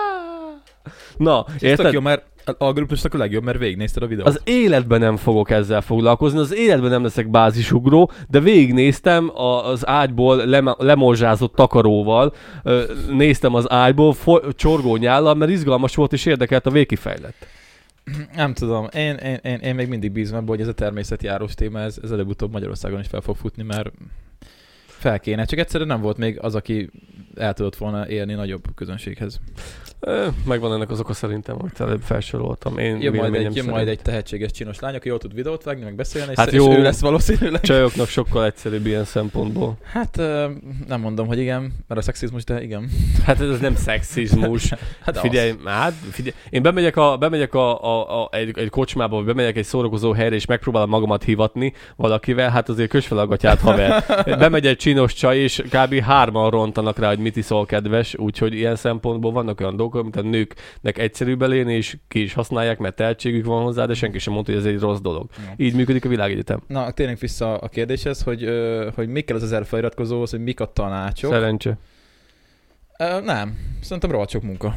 Speaker 2: na, érted?
Speaker 1: Jó, mert algoritmusnak a legjobb, mert végignézted a videót.
Speaker 2: Az életben nem fogok ezzel foglalkozni, az életben nem leszek bázisugró, de végignéztem az ágyból lemorzsázott takaróval, néztem az ágyból csorgónyállal, mert izgalmas volt és érdekelt a végkifejlett.
Speaker 1: Nem tudom, én még mindig bízom abban, hogy ez a természetjárós téma, ez előbb-utóbb Magyarországon is fel fog futni, mert fel kéne. Csak egyszerűen nem volt még az, aki el tudott volna érni nagyobb közönséghez.
Speaker 2: Megvan ennek az oka szerintem, amit előbb felsoroltam.
Speaker 1: Jön majd egy tehetséges csinos lány, aki jól tud videót vágni, meg beszélni, hát és ő lesz valószínűleg.
Speaker 2: Csajoknak sokkal egyszerűbb ilyen szempontból.
Speaker 1: Hát nem mondom, hogy igen, mert a szexizmus, de igen.
Speaker 2: Hát ez nem szexizmus. Figyelj. Én bemegyek egy kocsmába, vagy bemegyek egy szórakozó helyre, és megpróbálom magamat hivatni valakivel, hát azért kös fel a gatyát, haver. Bemegy egy csinos csaj, és kb. 3-an rontanak rá, hogy mit iszol, kedves, úgyhogy ilyen szempontból vannak olyan dolgok, mint a nőknek egyszerűbb elérni, és ki is használják, mert tehetségük van hozzá, de senki sem mondta, hogy ez egy rossz dolog. Így működik a világegyetem.
Speaker 1: Na, térjünk vissza a kérdéshez, hogy mi kell az 1000 feliratkozóhoz, hogy mik a tanácsok.
Speaker 2: Szerencse.
Speaker 1: Nem, szerintem rohadt sok munka.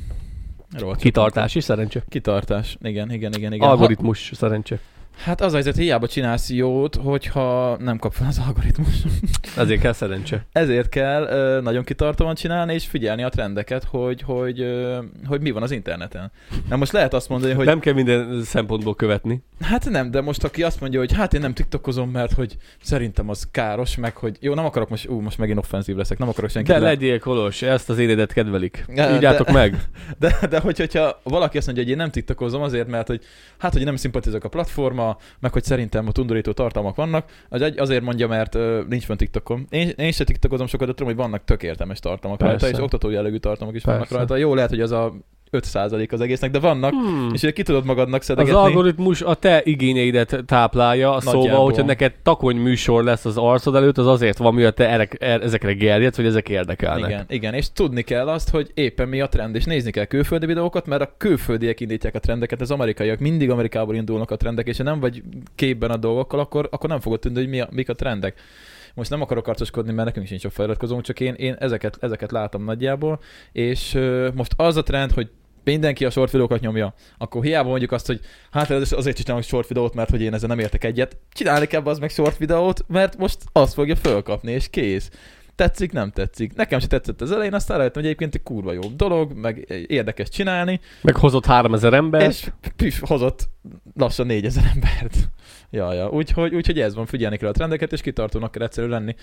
Speaker 2: Kitartás is szerencse.
Speaker 1: Kitartás, igen.
Speaker 2: Algoritmus szerencse.
Speaker 1: Hát az a helyzet, hiába csinálsz jót, hogyha nem kap fel az algoritmus.
Speaker 2: Ezért kell szerencse.
Speaker 1: Ezért kell nagyon kitartóan csinálni, és figyelni a trendeket, hogy mi van az interneten. Na most lehet azt mondani, hogy...
Speaker 2: Nem kell minden szempontból követni.
Speaker 1: Hát nem, de most aki azt mondja, hogy hát én nem tiktokozom, mert hogy szerintem az káros, meg hogy jó, nem akarok most megint offenzív leszek, nem akarok senkit.
Speaker 2: De legyél Kolos, ezt az énedet kedvelik. Így álltok meg.
Speaker 1: De hogyha valaki azt mondja, hogy én nem tiktokozom azért, mert hogy hát, hogy nem szimpatizok a platforma, meg hogy szerintem a undorító tartalmak vannak, azért mondja, mert nincs fönn TikTokon. Én se tiktokozom sokat, de tudom, hogy vannak tök értelmes tartalmak rajta, és oktató jellegű tartalmak is vannak rajta. Jó, lehet, hogy az a 5% az egésznek, de vannak, és ugye ki tudod magadnak szedegetni.
Speaker 2: Az algoritmus a te igényeidet táplálja, szóval, hogyha neked takony műsor lesz az arcod előtt, az azért van, mivel te ezekre gerjedsz, hogy ezek érdekelnek.
Speaker 1: Igen, és tudni kell azt, hogy éppen mi a trend, és nézni kell külföldi videókat, mert a külföldiek indítják a trendeket, az amerikaiak mindig Amerikából indulnak a trendek, és ha nem vagy képben a dolgokkal, akkor nem fogod tudni, hogy mik a trendek. Most nem akarok karcoskodni, mert nekünk sincs sok feliratkozónk, csak én ezeket látom nagyjából, és most az a trend, hogy mindenki a short videókat nyomja, akkor hiába mondjuk azt, hogy hát azért csinálok short videót, mert hogy én ezzel nem értek egyet. Csinálni kell az meg short videót, mert most azt fogja fölkapni, és kész. Tetszik, nem tetszik. Nekem se tetszett az elején, aztán rájöttem, hogy egyébként egy kurva jó dolog, meg érdekes csinálni.
Speaker 2: Meg hozott 3000 embert.
Speaker 1: És hozott lassan 4000 embert. Ja. Úgyhogy ez van, figyelni kell a trendeket, és kitartónak kell egyszerű lenni.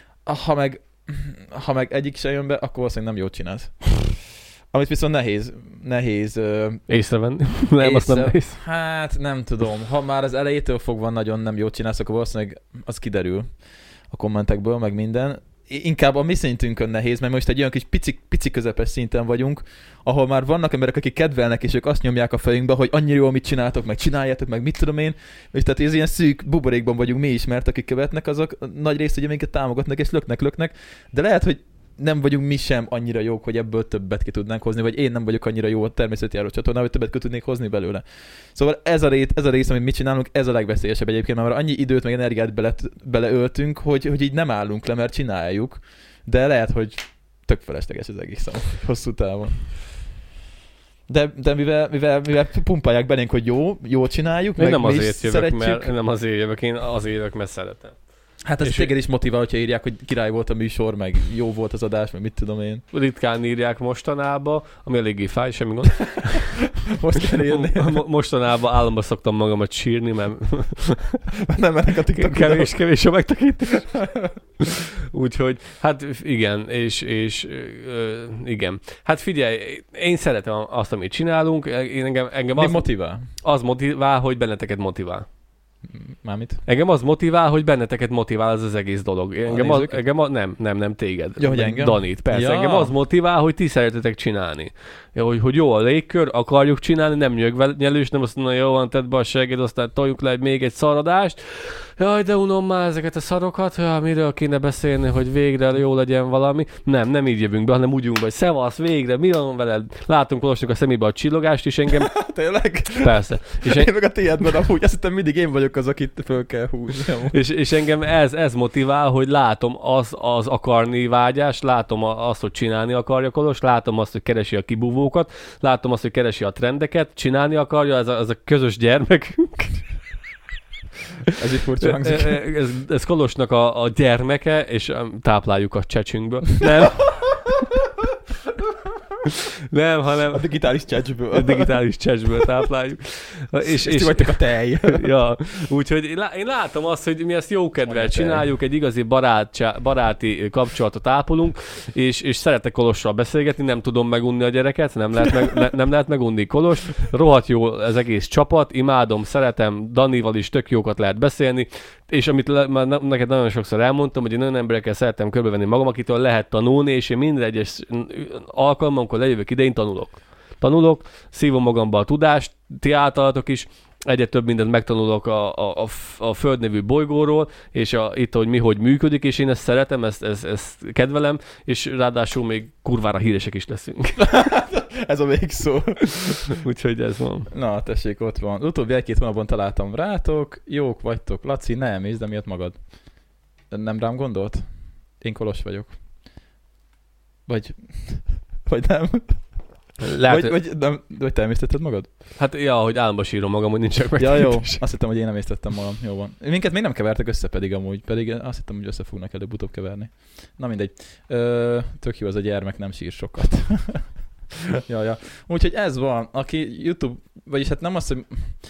Speaker 1: Ha meg egyik se jön be, akkor valószínűleg nem jót csinálsz. Amit viszont nehéz
Speaker 2: észrevenni. Nem, azt nem nehéz.
Speaker 1: Hát nem tudom. Ha már az elejétől fogva nagyon nem jót csinálsz, akkor valószínűleg az kiderül a kommentekből, meg minden. Inkább a mi szintünkön nehéz, mert most egy olyan kis pici közepes szinten vagyunk, ahol már vannak emberek, akik kedvelnek, és ők azt nyomják a fejünkbe, hogy annyira jól mit csináltok, meg csináljátok, meg mit tudom én. És tehát ez ilyen szűk buborékban vagyunk mi is, mert akik követnek, azok nagy részt ugye minket támogatnak és löknek. De lehet, hogy nem vagyunk mi sem annyira jók, hogy ebből többet ki tudnánk hozni, vagy én nem vagyok annyira jó a természetjáró csatornán, hogy többet ki tudnék hozni belőle. Szóval ez a rész, amit mit csinálunk, ez a legveszélyesebb egyébként, mert annyi időt meg energiát beleöltünk, hogy így nem állunk le, mert csináljuk, de lehet, hogy tök felesleges az egész hosszú távon. De mivel pumpálják belénk, hogy jó csináljuk,
Speaker 2: én
Speaker 1: meg
Speaker 2: nem
Speaker 1: mi
Speaker 2: azért jövök,
Speaker 1: szeretjük.
Speaker 2: nem azért jövök, én azért jövök, mert szeretem.
Speaker 1: Hát ez téged is motivál, hogyha írják, hogy király volt a műsor, meg jó volt az adás, meg mit tudom én.
Speaker 2: Ritkán írják mostanában, ami eléggé fáj, semmi gond.
Speaker 1: Most kell írni.
Speaker 2: Mostanában államban szoktam magamat sírni, mert
Speaker 1: nem mennek a TikTok
Speaker 2: kevés a megtakítás. Úgyhogy, hát igen, és igen. Hát figyelj, én szeretem azt, amit csinálunk. Engem
Speaker 1: mi motivál?
Speaker 2: Az motivál, hogy benneteket motivál.
Speaker 1: Mármit?
Speaker 2: Engem az motivál, hogy benneteket motivál az egész dolog. Nem téged.
Speaker 1: Ja, hogy engem?
Speaker 2: Danit, persze. Ja. Engem az motivál, hogy ti szeretetek csinálni. Hogy jó a légkör, akarjuk csinálni, nem nyögnyelős, nem azt mondja, jó van, tedd be a segged, aztán toljuk le még egy szaradást. Jaj, de unom már ezeket a szarokat, miről kéne beszélni, hogy végre jó legyen valami. Nem így jövünk be, hanem úgy jövünk be, hogy szevasz, végre, mi van veled? Látunk Kolosnak a szemébe a csillogást, és engem...
Speaker 1: Tényleg?
Speaker 2: Persze. És
Speaker 1: én meg a tiédben amúgy, azt hittem mindig én vagyok az, akit föl kell húzni.
Speaker 2: És engem ez motivál, hogy látom az akarni vágyást, látom azt, hogy csinálni akarja Kolos, látom azt, hogy keresi a kibúvókat, látom azt, hogy keresi a trendeket, csinálni akarja, ez a közös gyermekünk.
Speaker 1: Ez így furcsa hangzik.
Speaker 2: Ez Kolosnak a gyermeke, és tápláljuk a csecsünkből. Nem. Nem, hanem...
Speaker 1: A digitális csecsből.
Speaker 2: A digitális csecsből tápláljuk. És ti
Speaker 1: vagytok a tej.
Speaker 2: Ja, úgyhogy én látom azt, hogy mi ezt jókedvel csináljuk, egy igazi baráti kapcsolatot ápolunk, és szeretek Kolossal beszélgetni, nem tudom megunni a gyereket, nem lehet megunni Kolost. Rohadt jó az egész csapat, imádom, szeretem, Danival is tök jókat lehet beszélni, és amit már neked nagyon sokszor elmondtam, hogy én olyan emberekkel szeretem körbevenni magam, akitől lehet tanulni, és én minden egyes alkalommal, amikor lejövök ide, én tanulok, szívom magamba a tudást, ti általatok is, egyre több mindent megtanulok a Föld nevű bolygóról, és itt, hogy mi hogy működik, és én ezt szeretem, ezt kedvelem, és ráadásul még kurvára híresek is leszünk.
Speaker 1: Ez a végszó.
Speaker 2: Úgyhogy ez van.
Speaker 1: Na, tessék, ott van. Utóbbi 1-2 hónapban találtam rátok, jók vagytok. Laci, ne emészd, de miatt magad. Nem rám gondolt? Én Kolos vagyok. Vagy nem?
Speaker 2: Lehet,
Speaker 1: vagy te emésztetted magad?
Speaker 2: Hát, ja, hogy álmba sírom magam, hogy nincs meg.
Speaker 1: Ja, jó. Azt hittem, hogy én emésztettem magam. Jó van. Minket még nem kevertek össze pedig amúgy. Pedig azt hittem, hogy össze fognak előbb-utóbb keverni. Na mindegy. Tök jó, az a gyermek nem sír sokat. ja. Úgyhogy ez van. Aki YouTube, vagyis hát nem azt, hogy...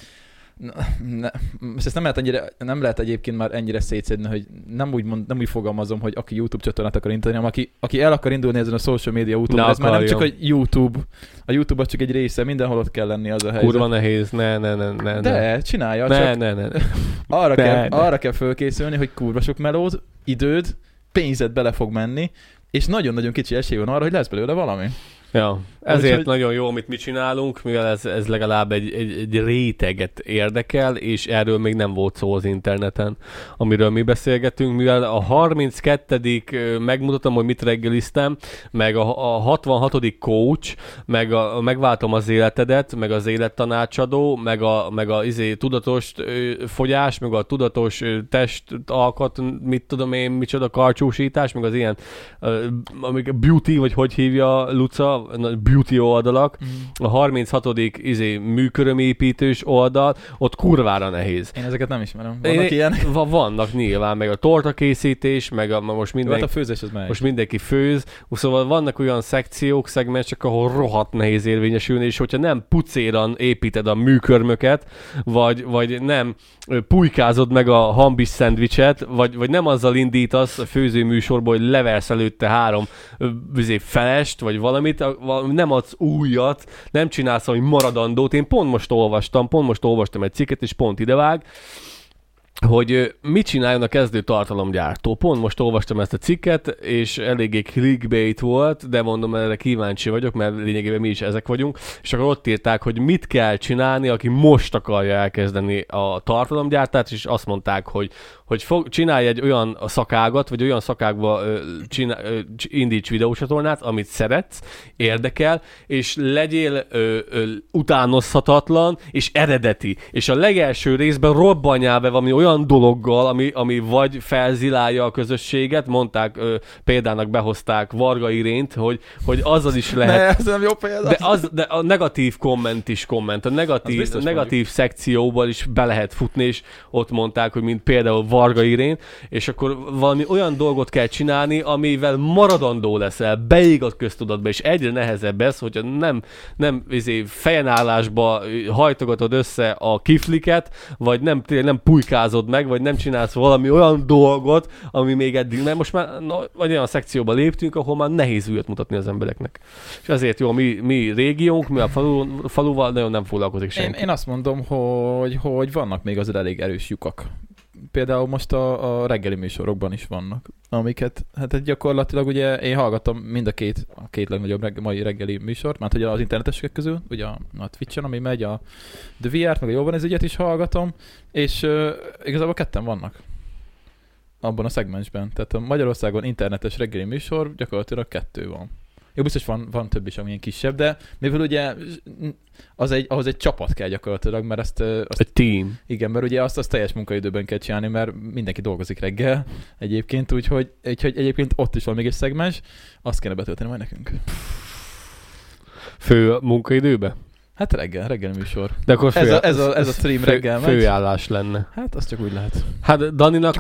Speaker 1: Most ezt nem lehet egyébként már ennyire szétszedni, hogy nem úgy fogalmazom, hogy aki YouTube csatornát akar indítani, hanem aki el akar indulni ezen a social media úton, ez már nem csak a YouTube az csak egy része, mindenhol ott kell lenni az a helyzet.
Speaker 2: Kurva nehéz, ne.
Speaker 1: De, csinálja,
Speaker 2: ne.
Speaker 1: Arra kell fölkészülni, hogy kurva sok melód, időd, pénzed bele fog menni, és nagyon-nagyon kicsi esély van arra, hogy lesz belőle valami.
Speaker 2: Ja, ezért úgy, nagyon jó, amit mi csinálunk, mivel ez legalább egy réteget érdekel, és erről még nem volt szó az interneten, amiről mi beszélgetünk, mivel a 32. megmutatom, hogy mit reggeliztem, meg a 66. coach, megváltom az életedet, meg az élettanácsadó, meg a tudatos fogyás, meg a tudatos testalkat, mit tudom én, micsoda karcsúsítás, meg az ilyen beauty, vagy hogy hívja Luca, beauty oldalak, a 36. műkörömépítős oldal, ott kurvára nehéz.
Speaker 1: Én ezeket nem ismerem. Vannak ilyenek?
Speaker 2: Vannak nyilván, meg a tortakészítés, meg most
Speaker 1: a főzés az
Speaker 2: most mindenki főz, szóval vannak olyan szekciók, szegmensek, ahol rohadt nehéz érvényesülni, és hogyha nem pucéran építed a műkörmöket, vagy nem pulykázod meg a hambis szendvicset, vagy nem azzal indítasz a főzőműsorból, hogy leversz előtte 3 felest, vagy valamit, nem adsz újat, nem csinálsz valami maradandót. Én pont most olvastam egy cikket, és pont idevág, hogy mit csináljon a kezdő tartalomgyártó. Pont most olvastam ezt a cikket, és eléggé clickbait volt, de mondom, erre kíváncsi vagyok, mert lényegében mi is ezek vagyunk, és akkor ott írták, hogy mit kell csinálni, aki most akarja elkezdeni a tartalomgyártást, és azt mondták, hogy csinálj egy olyan szakágat, vagy olyan szakágba indíts videócsatornát, amit szeretsz, érdekel, és legyél utánozhatatlan, és eredeti. És a legelső részben robbanjál be valami olyan dologgal, ami vagy felzilálja a közösséget, mondták, példának behozták Varga Irént, hogy azzal is lehet.
Speaker 1: Ne, ez nem jó példa.
Speaker 2: De a negatív komment is komment. A negatív szekcióban is be lehet futni, és ott mondták, hogy mint például Varga Irén, és akkor valami olyan dolgot kell csinálni, amivel maradandó leszel, beég a köztudatba, és egyre nehezebb ez, hogyha nem fejenállásba hajtogatod össze a kifliket, vagy nem pulykázod meg, vagy nem csinálsz valami olyan dolgot, ami még eddig, mert most már vagy olyan szekcióba léptünk, ahol már nehéz ügyet mutatni az embereknek. És ezért jó, mi régiónk, mi a faluval nagyon nem foglalkozik senki.
Speaker 1: Én azt mondom, hogy vannak még az elég erős lyukak. Például most a reggeli műsorokban is vannak, amiket, hát gyakorlatilag ugye én hallgattam mind a két legnagyobb mai reggeli műsort, mert ugye az internetesek közül, ugye a Twitch-en, ami megy, a The VR-t, meg a Jóban ez ügyet is hallgatom, és igazából ketten vannak abban a szegmensben. Tehát Magyarországon internetes reggeli műsor gyakorlatilag 2 van. Jó, biztos van több is, amilyen kisebb, de mivel ugye ahhoz egy csapat kell gyakorlatilag, mert azt
Speaker 2: egy team.
Speaker 1: Igen, mert ugye azt teljes munkaidőben kell csinálni, mert mindenki dolgozik reggel egyébként, úgyhogy egyébként ott is van még egy szegmens, azt kéne betölteni majd nekünk.
Speaker 2: Fő munkaidőbe?
Speaker 1: Hát reggel műsor.
Speaker 2: De akkor
Speaker 1: ez a stream reggel megy.
Speaker 2: Főállás lenne.
Speaker 1: Hát az csak úgy lehet.
Speaker 2: Hát Daninak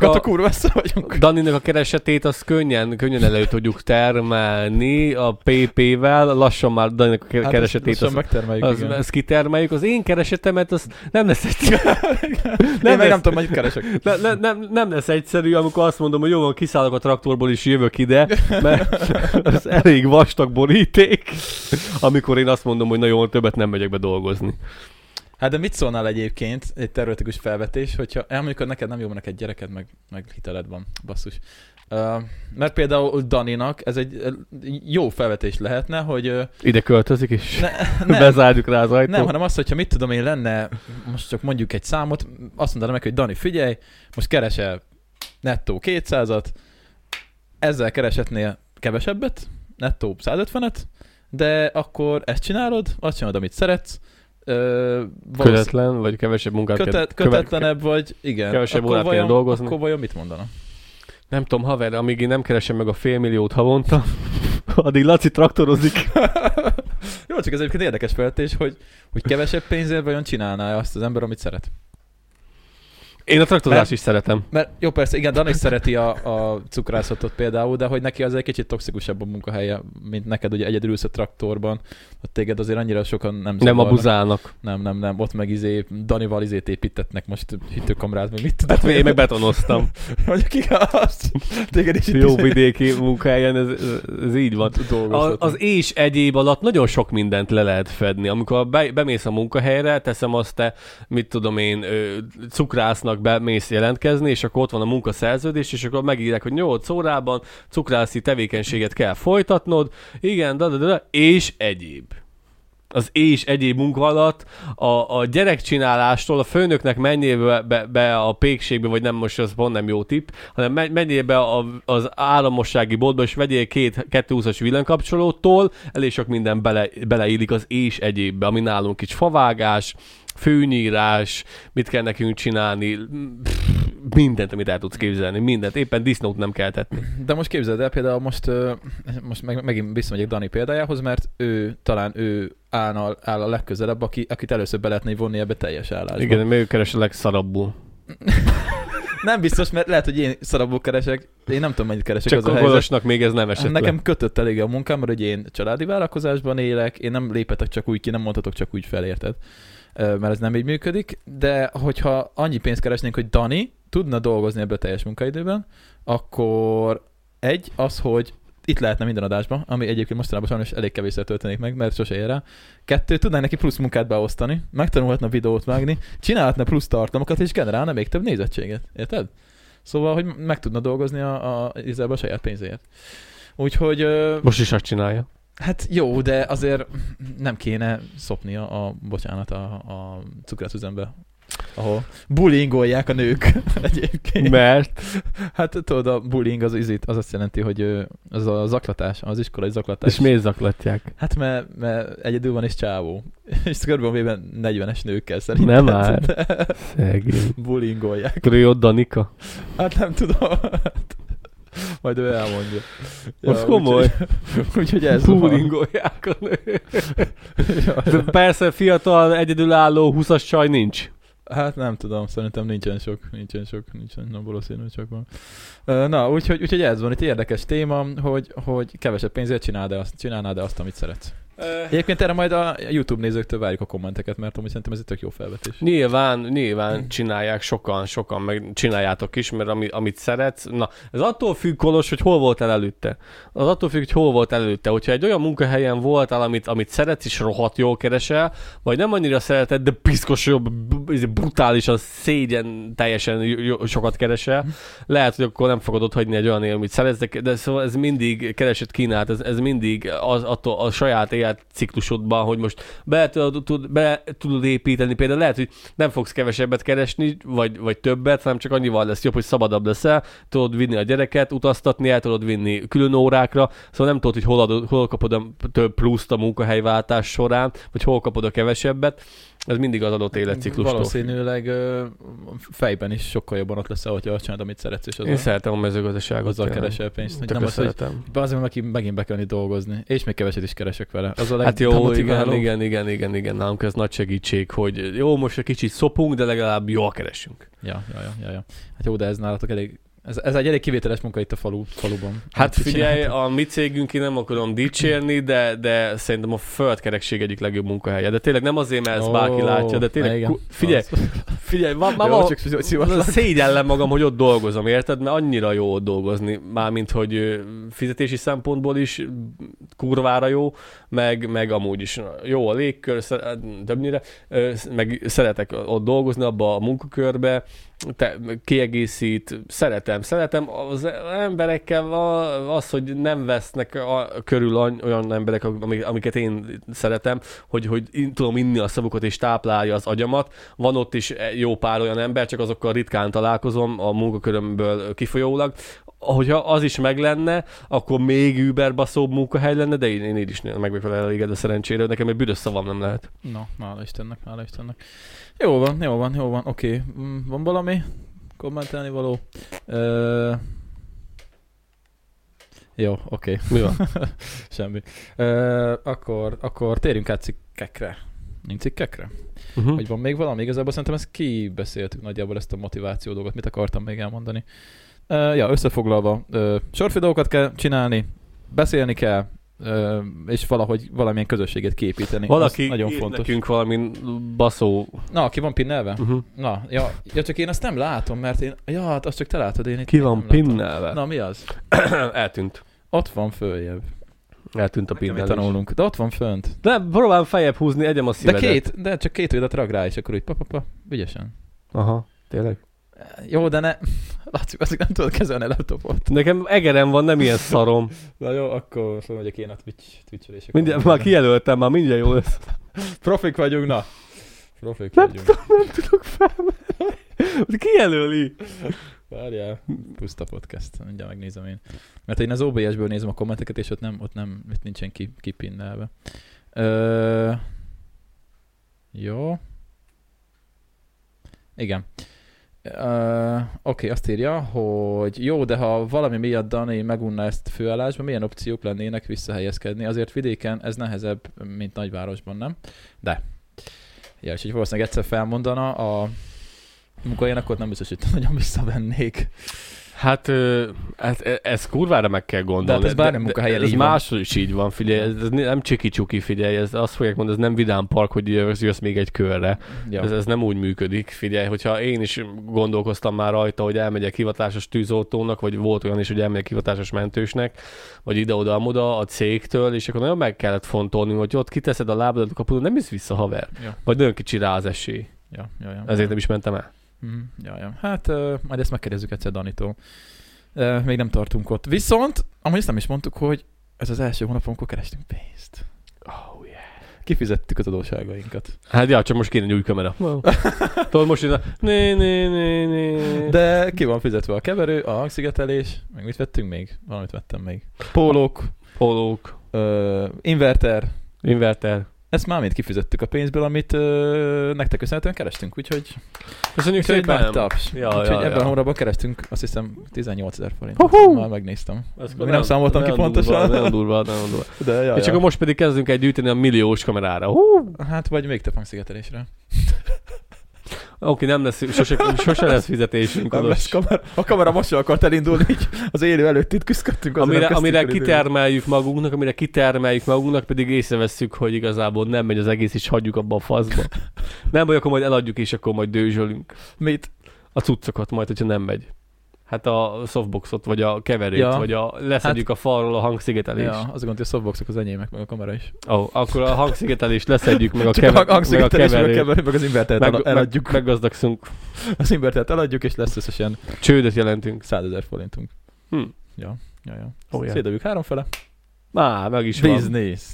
Speaker 2: a keresetét azt könnyen elő tudjuk termelni a PP-vel, lassan már Daninak a keresetét azt kitermeljük. Az én keresetemet az nem lesz egyszerű.
Speaker 1: Nem tudom, hogy keresek.
Speaker 2: Nem lesz egyszerű, amikor azt mondom, hogy jó van, kiszállok a traktorból és jövök ide, mert az elég vastag boríték, amikor én azt mondom, hogy nagyon többet nem megyek be dolgozni.
Speaker 1: Hát de mit szólnál egyébként, egy teoretikus felvetés, hogyha mondjuk neked nem jó, mert neked gyereked, meg hiteled van, basszus. Mert például Daninak ez egy jó felvetés lehetne, hogy...
Speaker 2: Ide költözik és bezárjuk rá az ajtót.
Speaker 1: Nem, hanem az, hogyha mit tudom én lenne, most csak mondjuk egy számot, azt mondanám meg, hogy Dani, figyelj, most keresel nettó 200-at, ezzel keresetnél kevesebbet, nettó 150-et, de akkor ezt csinálod, azt csinálod, amit szeretsz.
Speaker 2: Kötetlen, vagy kevesebb munkát
Speaker 1: kötetlenebb vagy, igen.
Speaker 2: Kevesebb órát kell dolgozni.
Speaker 1: Akkor vajon mit mondana?
Speaker 2: Nem tudom, haver, amíg én nem keresem meg a 500 000 havonta, addig Laci traktorozik.
Speaker 1: Jó, csak ez egyébként érdekes felvetés, hogy kevesebb pénzért vajon csinálná azt az ember, amit szeret.
Speaker 2: Én a traktozást is szeretem.
Speaker 1: Mert jó, persze, igen, Dan is szereti a cukrászatot például, de hogy neki az egy kicsit toxikusabb a munkahelye, mint neked, ugye egyedül ülsz a traktorban, ott téged azért annyira sokan nem
Speaker 2: zavarnak. Nem abuzálnak.
Speaker 1: Nem, ott meg Danival építetnek most hűtőkamrát, meg mit tudom.
Speaker 2: Hát én meg betonoztam.
Speaker 1: Mondjuk igaz, téged is
Speaker 2: jó vidéki munkahelyen, ez így van. Az és egyéb alatt nagyon sok mindent le lehet fedni. Amikor bemész a munkahelyre, teszem azt te, mit tudom én, cukrásznak bemész jelentkezni, és akkor ott van a munkaszerződés, és akkor megírják, hogy 8 órában cukrászi tevékenységet kell folytatnod, igen, és egyéb. Az és egyéb munka alatt a gyerekcsinálástól a főnöknek menjél be a pékségbe, vagy nem, most az pont nem jó tipp, hanem menjél be az államossági boltba, és vegyél 220-as villanykapcsolótól, elég sok minden beleillik az és egyébbe, ami nálunk is favágás, fűnyírás, mit kell nekünk csinálni, mindent, amit el tudsz képzelni, mindent, éppen disznót nem kell tetni.
Speaker 1: De most képzeld el, például most megint visszamegyek Dani példájához, mert talán ő áll a legközelebb, akit először be lehetne vonni ebbe teljes állásba.
Speaker 2: Igen, ő keres a legszarabbul.
Speaker 1: Nem biztos, mert lehet, hogy én szarabbul keresek. Én nem tudom, mennyit keresek.
Speaker 2: Csak
Speaker 1: az a
Speaker 2: Golosnak még ez nem esett
Speaker 1: Nekem kötött elég a munkám, mert hogy én családi vállalkozásban élek, én nem léphetek csak úgy ki, nem mondhatok csak úgy fel, érted? Mert ez nem így működik, de hogyha annyi pénzt keresnénk, hogy Dani tudna dolgozni ebből a teljes munkaidőben, akkor az, hogy itt lehetne minden adásban, ami egyébként mostanában sajnos elég kevésszer történik meg, mert sose ér rá. 2, tudnánk neki plusz munkát beosztani, megtanulhatna videót vágni, csinálhatna plusz tartalmakat, és generálna még több nézettséget. Érted? Szóval, hogy meg tudna dolgozni a saját pénzéért. Úgyhogy...
Speaker 2: Most is azt csinálja.
Speaker 1: Hát jó, de azért nem kéne szopnia a cukrászüzembe ahol bullyingolják a nők egyébként.
Speaker 2: Mert?
Speaker 1: Hát tudod, a bullying az azt jelenti, hogy az a zaklatás, az iskolai zaklatás.
Speaker 2: És miért zaklatják?
Speaker 1: Hát mert egyedül van és csávó. És körülbelül 40-es nőkkel szerintem.
Speaker 2: Nem már. Szegény.
Speaker 1: Bullyingolják.
Speaker 2: Akkor ő ott Danika?
Speaker 1: Hát nem tudom. Majd ő elmondja.
Speaker 2: Az komoly.
Speaker 1: Úgyhogy ez
Speaker 2: bullyingolják a nő. De persze fiatal, egyedülálló 20-as csaj nincs.
Speaker 1: Hát nem tudom, szerintem nincsen sok, nem valószínű, csak van. Na, úgyhogy ez van, itt érdekes téma, hogy kevesebb pénzért csinálnád azt, amit szeretsz. Egyébként erre majd a YouTube nézőktől várjuk a kommenteket, mert amúgy szerintem ez egy tök jó felvetés.
Speaker 2: Nyilván csinálják sokan, meg csináljátok is, mert amit szeretsz. Na, ez attól függ, Kolos, hogy hol voltál előtte. Az attól függ, hogy hol voltál előtte. Hogyha egy olyan munkahelyen voltál, amit szeretsz, és rohadt jól keresel, vagy nem annyira szereted, de piszkos jobb, brutálisan, szégyen teljesen sokat keresel, lehet, hogy akkor nem fogod otthagyni egy olyan amit szeretsz, de szóval ez mindig keresett kínált, ez mindig attól a saját ciklusodban, hogy most be tudod építeni. Például lehet, hogy nem fogsz kevesebbet keresni, vagy többet, hanem csak annyival lesz jobb, hogy szabadabb leszel, tudod vinni a gyereket, utaztatni, el tudod vinni külön órákra, szóval nem tudod, hogy hol kapod a több pluszt a munkahelyváltás során, vagy hol kapod a kevesebbet. Ez mindig az adott életciklustól.
Speaker 1: Valószínűleg fejben is sokkal jobban ott leszel, hogyha azt csinálod, amit szeretsz. És
Speaker 2: én szeretem a mezőgazdaságot.
Speaker 1: Azzal keresel pénzt.
Speaker 2: Nem az, hogy
Speaker 1: azért, aki megint be kell dolgozni. És még keveset is keresek vele. Az
Speaker 2: hát jó, igen. Nálunk ez nagy segítség, hogy jó, most egy kicsit szopunk, de legalább jól keresünk.
Speaker 1: Ja. Hát jó, de ez nálatok elég... Ez egy elég kivételes munka itt a faluban.
Speaker 2: Hát figyelj, a mi cégünk, én nem akarom dicsérni, de szerintem a földkerekség egyik legjobb munkahelye. De tényleg nem azért, mert ezt bárki látja, de tényleg, figyelj, szégyellem magam, hogy ott dolgozom, érted? Mert annyira jó ott dolgozni, mármint, hogy fizetési szempontból is kurvára jó, meg amúgy is jó a légkör, többnyire, meg szeretek ott dolgozni abba a munkakörbe, kiegészít, szeretem az emberekkel az, hogy nem vesznek körül olyan emberek, amiket én szeretem, hogy tudom inni a szavukat és táplálja az agyamat. Van ott is jó pár olyan ember, csak azokkal ritkán találkozom a munkakörömből kifolyólag. Hogyha az is meg lenne, akkor még überbaszóbb munkahely lenne, de én így is meg vagyok vele elégedve szerencsére, nekem egy büdös szavam nem lehet.
Speaker 1: Na, hála Istennek. Jó van, oké. Van valami kommentelni való? Jó, oké.
Speaker 2: Mi van?
Speaker 1: Semmi. Akkor térjünk át cikkekre. Nincs cikkekre? Hogy van még valami? Igazából szerintem ezt kibeszéltük nagyjából, ezt a motiváció dolgot. Mit akartam még elmondani? Összefoglalva, short videókat kell csinálni, beszélni kell, és valahogy valamilyen közösséget kiépíteni.
Speaker 2: Valaki
Speaker 1: nagyon fontos.
Speaker 2: Nekünk valami baszó...
Speaker 1: Na, ki van pinnelve? Na, ja, csak én azt nem látom, mert hát azt csak te látod, én itt
Speaker 2: ki van pinnelve?
Speaker 1: Na, mi az?
Speaker 2: Eltűnt.
Speaker 1: Ott van följebb.
Speaker 2: Eltűnt a pinnelés.
Speaker 1: Tanulunk, de ott van fönt.
Speaker 2: De próbálom feljebb húzni, egyem a szívedet.
Speaker 1: De csak 2 védet rag rá, és akkor úgy ügyesen.
Speaker 2: Aha, tényleg.
Speaker 1: Jó, de ne... Laci, azért nem tudod kezelni a laptopot.
Speaker 2: Nekem egerem van, nem ilyen szarom.
Speaker 1: Na jó, akkor felmegyek én a Twitch-elések.
Speaker 2: Már kijelöltem, már mindjárt jó lesz.
Speaker 1: Profik vagyunk, na.
Speaker 2: Nem tudok felmenni. Kijelöli.
Speaker 1: Várjál, puszta podcast, mindjárt megnézem én. Mert én az OBS-ből nézem a kommenteket, és ott nincsen kipinnelve. Jó. Igen. Oké, azt írja, hogy jó, de ha valami miatt Dani megunná ezt főállásban, milyen opciók lennének visszahelyezkedni? Azért vidéken ez nehezebb, mint nagyvárosban, nem? De. Ja, és így valószínűleg egyszer felmondana a munkahelyén, akkor nem biztos, hogy nagyon visszavennék.
Speaker 2: Hát ez kurvára meg kell gondolni.
Speaker 1: De hát ez bármi munkahelyen
Speaker 2: így van. Ez máshol is így van, figyelj, ez nem csiki-csuki, figyelj, ez azt fogják mondani, ez nem vidám park, hogy jössz még egy körre. Ja. Ez nem úgy működik, figyelj, hogyha én is gondolkoztam már rajta, hogy elmegyek hivatásos tűzoltónak, vagy volt olyan is, hogy elmegyek hivatásos mentősnek, vagy ide-oda-amoda a cégtől, és akkor nagyon meg kellett fontolni, hogy ott kiteszed a lábadat a kapudon, nem jössz vissza, haver. Ja. Vagy nagyon kicsi rá az esély.
Speaker 1: Ja.
Speaker 2: Ezért nem is mentem el.
Speaker 1: Ja. Hát majd ezt megkérdezzük egyszer Danitól. Még nem tartunk ott. Viszont, amúgy ezt nem is mondtuk, hogy ez az első hónap, amikor kerestünk pénzt.
Speaker 2: Oh yeah.
Speaker 1: Kifizettük az adósságainkat.
Speaker 2: Hát ja, csak most kéne egy új kamera. Tudod, most
Speaker 1: De ki van fizetve a keverő, a hangszigetelés, meg mit vettünk még? Valamit vettem még. Pólók. Inverter. Ezt már mind kifizettük a pénzből, amit nektek köszönhetően kerestünk, úgyhogy...
Speaker 2: Köszönjük szépen!
Speaker 1: Úgyhogy ebben a hónapban kerestünk, azt hiszem, 18 000 forintot. Már megnéztem. Nem számoltam ki pontosan.
Speaker 2: Nem durva.
Speaker 1: De,
Speaker 2: és akkor most pedig kezdünk egy gyűjteni a milliós kamerára.
Speaker 1: Hát, vagy még több hangszigetelésre.
Speaker 2: Oké, nem lesz, sose lesz fizetésünk.
Speaker 1: Nem lesz a kamera most sem akart elindulni, így az élő előtt itt küzdöttünk.
Speaker 2: Amire kitermeljük magunknak, pedig észrevesszük, hogy igazából nem megy az egész, és hagyjuk abba a faszba. Nem baj, akkor majd eladjuk, és akkor majd dőzsölünk.
Speaker 1: Mit?
Speaker 2: A cuccokat majd, hogyha nem megy. Hát a softboxot, vagy a keverőt, vagy leszedjük a falról a hangszigetelést.
Speaker 1: Ja, az a gond, hogy a softboxok az enyémek, meg a kamera is.
Speaker 2: Akkor a hangszigetelést leszedjük, meg a
Speaker 1: keverőt. Meg az invertert eladjuk.
Speaker 2: Meggazdakszunk.
Speaker 1: Az invertert eladjuk, és lesz összesen
Speaker 2: csődöt jelentünk.
Speaker 1: 100 000 forintunk. Ja. Szédobjuk 3 fele.
Speaker 2: Meg is van.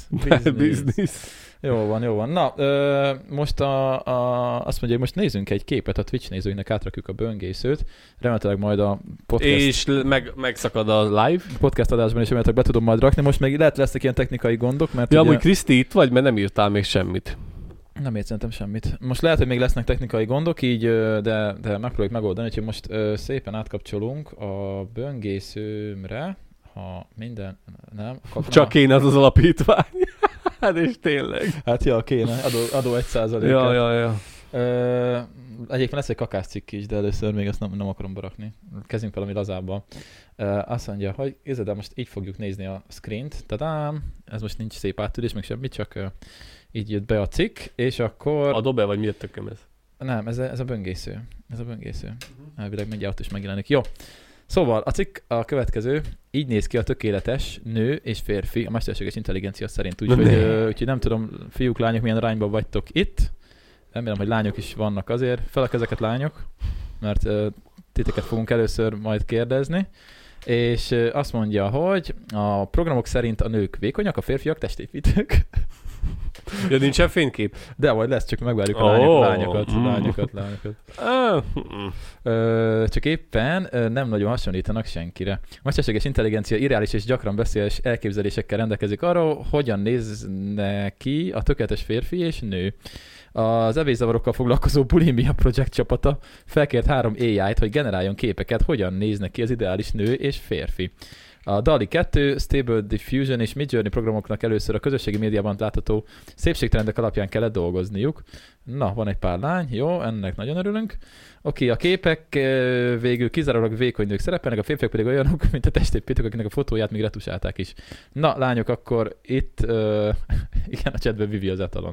Speaker 1: Business. Jó van. Na, most azt mondja, hogy most nézzünk egy képet a Twitch nézőinknek, átrakjuk a böngészőt. Remélhetőleg majd a podcast...
Speaker 2: És megszakad a live.
Speaker 1: Podcast adásban is remélhetőleg be tudom majd rakni. Most még lesznek ilyen technikai gondok, mert...
Speaker 2: Ja, ugye... amúgy Kriszti itt vagy, mert nem írtál még semmit.
Speaker 1: Nem értem semmit. Most lehet, hogy még lesznek technikai gondok, így, de megpróbáljuk megoldani, úgyhogy most szépen átkapcsolunk a böngészőmre, ha minden... Nem?
Speaker 2: Csak kéne az alapítvány. Hát és tényleg.
Speaker 1: Hát ja, kéne. Adó 1%-et.
Speaker 2: Ja.
Speaker 1: Egyébként lesz egy kakászcikk is, de először még azt nem akarom berakni. Kezdjünk valami lazábbal. Azt mondja, hogy de most így fogjuk nézni a screent. Tadám! Ez most nincs szép áttűrés, meg semmit, csak így jött be a cikk, és akkor...
Speaker 2: Adobe, vagy miért tököm ez?
Speaker 1: Nem, ez a böngésző. Elvileg mindjárt ott is megjelenik. Jó. Szóval a cikk a következő, így néz ki a tökéletes nő és férfi a mesterséges intelligencia szerint, úgyhogy nem tudom, fiúk, lányok, milyen arányban vagytok itt. Remélem, hogy lányok is vannak azért. Fel a kezeket, lányok, mert titeket fogunk először majd kérdezni. És azt mondja, hogy a programok szerint a nők vékonyak, a férfiak testépítők.
Speaker 2: Ja, nincsen fénykép?
Speaker 1: De majd lesz, csak megvárjuk a lányokat. Csak éppen nem nagyon hasonlítanak senkire. A mesterséges intelligencia irreális és gyakran beszéles elképzelésekkel rendelkezik arról, hogyan nézne ki a tökéletes férfi és nő. Az evészavarokkal foglalkozó Bulimia Project csapata felkért 3 AI-t, hogy generáljon képeket, hogyan néznek ki az ideális nő és férfi. A DALL-E 2, Stable Diffusion és Midjourney programoknak először a közösségi médiában látható szépségtrendek alapján kellett dolgozniuk. Na, van egy pár lány, jó, ennek nagyon örülünk. Oké, a képek végül kizárólag vékony nők szerepelnek, a férfiak pedig olyanok, mint a testépítők, akiknek a fotóját még retusálták is. Na, lányok, akkor itt, igen, a chatben Vivi az etalon.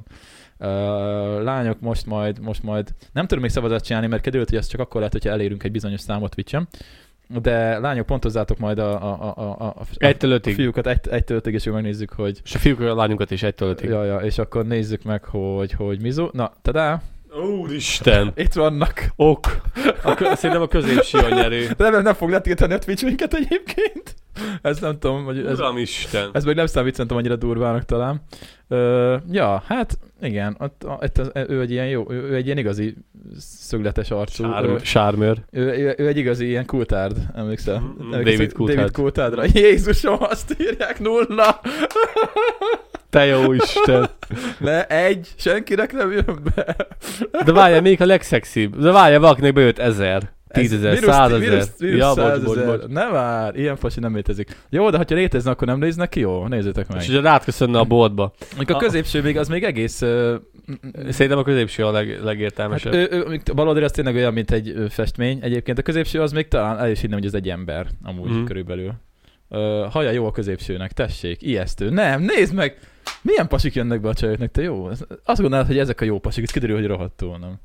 Speaker 1: Lányok most majd nem tudom még szavazást csinálni, mert kiderült, hogy ez csak akkor lehet, hogyha elérünk egy bizonyos számot Twitch-en. De lányok, pontozzátok majd a fiúkat 1-től 5-ig, és megnézzük, hogy...
Speaker 2: És a fiúkat, a lányunkat is 1-től 5-ig.
Speaker 1: Ja, és akkor nézzük meg, hogy mizu. Na, tadá!
Speaker 2: Úristen!
Speaker 1: Itt vannak.
Speaker 2: Szerintem a középső a nyerő.
Speaker 1: De nem fog letiltani a Twitch minket egyébként. Ez nem tudom, hogy...
Speaker 2: Uramisten!
Speaker 1: Ez még nem számít, szerintem annyira durvának talán. Ja, hát igen, ő egy ilyen jó, ő egy ilyen igazi szögletes arcú.
Speaker 2: Sármőr.
Speaker 1: Ő egy igazi ilyen Coulthard, emlékszel?
Speaker 2: David
Speaker 1: Coulthardra. Jézusom, azt írják 0!
Speaker 2: Te jó Isten!
Speaker 1: Senkinek nem jön be.
Speaker 2: De várjál, még a legszexibb. De várjál, valakinek bejött 1000. 10.000, 100.000.
Speaker 1: Bocs. Nem már, ilyen fasi nem létezik. Jó, de ha létezne, akkor nem néznek ki, jó? Nézzétek meg.
Speaker 2: És ugye rátköszönne a boltba.
Speaker 1: A középső még, az még egész...
Speaker 2: Szerintem a középső a legértelmesebb.
Speaker 1: Hát, a baloldali az tényleg olyan, mint egy festmény. Egyébként a középső az még talán el is hinném, hogy ez egy ember, amúgy körülbelül. Haja jó a középsőnek, tessék, ijesztő. Nem, nézd meg! Milyen pasik jönnek be a csajoknak, te jó? Azt gondolod, hogy ezek a jó pasik, ez kiderül, hogy rohadtul, nem?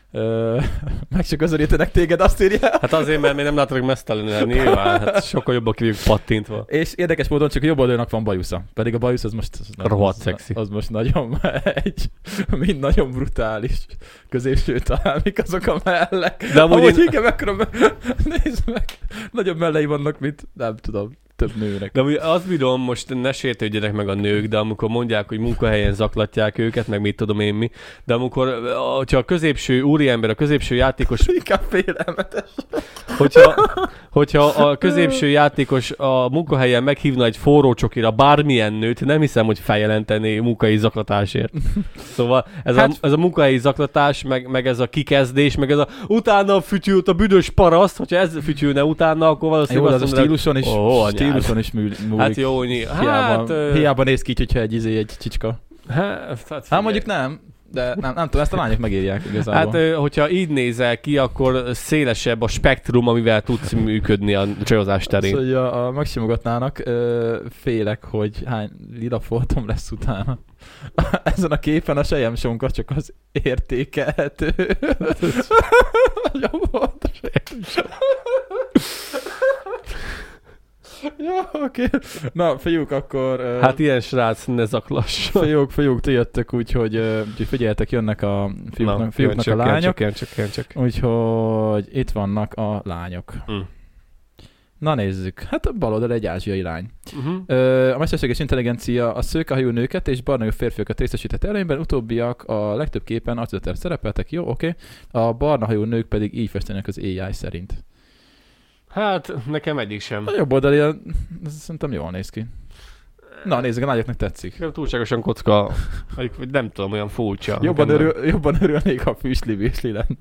Speaker 1: Meg csak közelítenek téged, azt írja.
Speaker 2: Hát azért, mert még nem látok mesztelenül, hát nyilván, hát sokkal jobban ki vagyunk pattintva.
Speaker 1: És érdekes módon csak a jobb oldalnak van bajusza. Pedig a bajusz az most...
Speaker 2: Rohadt szexi.
Speaker 1: Az most nagyon mind nagyon brutális. Középső talán, mik azok a mellek.
Speaker 2: De amúgy
Speaker 1: igen, nézd meg. Nagyobb mellei vannak, mint nem tudom. több nőnek.
Speaker 2: De azt bírom, most ne sértődjenek meg a nők, de amikor mondják, hogy munkahelyen zaklatják őket, meg mit tudom én mi, de amikor, hogyha a középső úriember, a középső játékos...
Speaker 1: Inkább félelmetes.
Speaker 2: Hogyha a középső játékos a munkahelyen meghívna egy forró csokira bármilyen nőt, nem hiszem, hogy feljelenteni munkahelyi zaklatásért. Szóval ez a munkahelyi zaklatás, meg ez a kikezdés, meg ez a utána fütyült a büdös paraszt, hogyha ez fütyülne utána, akkor valószínűleg...
Speaker 1: Jó, az a stíluson is múlik.
Speaker 2: Hát jó,
Speaker 1: hiába néz ki, hogyha egy csicska. Hát mondjuk nem. De nem tudom, ezt a lányok megírják igazából.
Speaker 2: Hát, hogyha így nézel ki, akkor szélesebb a spektrum, amivel tudsz működni a csajozás terén.
Speaker 1: Szóval, ha megsimogatnának, félek, hogy hány lila foltom lesz utána. Ezen a képen a selyemsonka csak az értékelhető. Nagyon volt a selyemsonka. Ja, oké. Na, fiúk, akkor...
Speaker 2: Hát ilyen srác, ne zaklass.
Speaker 1: Fiúk, ti jöttök, úgyhogy figyeljetek, jönnek a fiúknak a lányok.
Speaker 2: Csak.
Speaker 1: Úgyhogy itt vannak a lányok. Na nézzük. Hát a bal oldal egy ázsiai lány. A mesterséges intelligencia a szőkehajú nőket és barnahajú férfiakat részesített előnyben, utóbbiak a legtöbb képen arculatára szerepeltek, jó, oké. A barnahajú nők pedig így festenek az AI szerint.
Speaker 2: Hát, nekem egyik sem.
Speaker 1: A jobb oldali, szerintem jól néz ki. Na, nézzük, a lányoknak tetszik.
Speaker 2: Túlságosan kocka, vagy nem tudom, olyan furcsa.
Speaker 1: Jobban örülnék, ha fűsli lenne.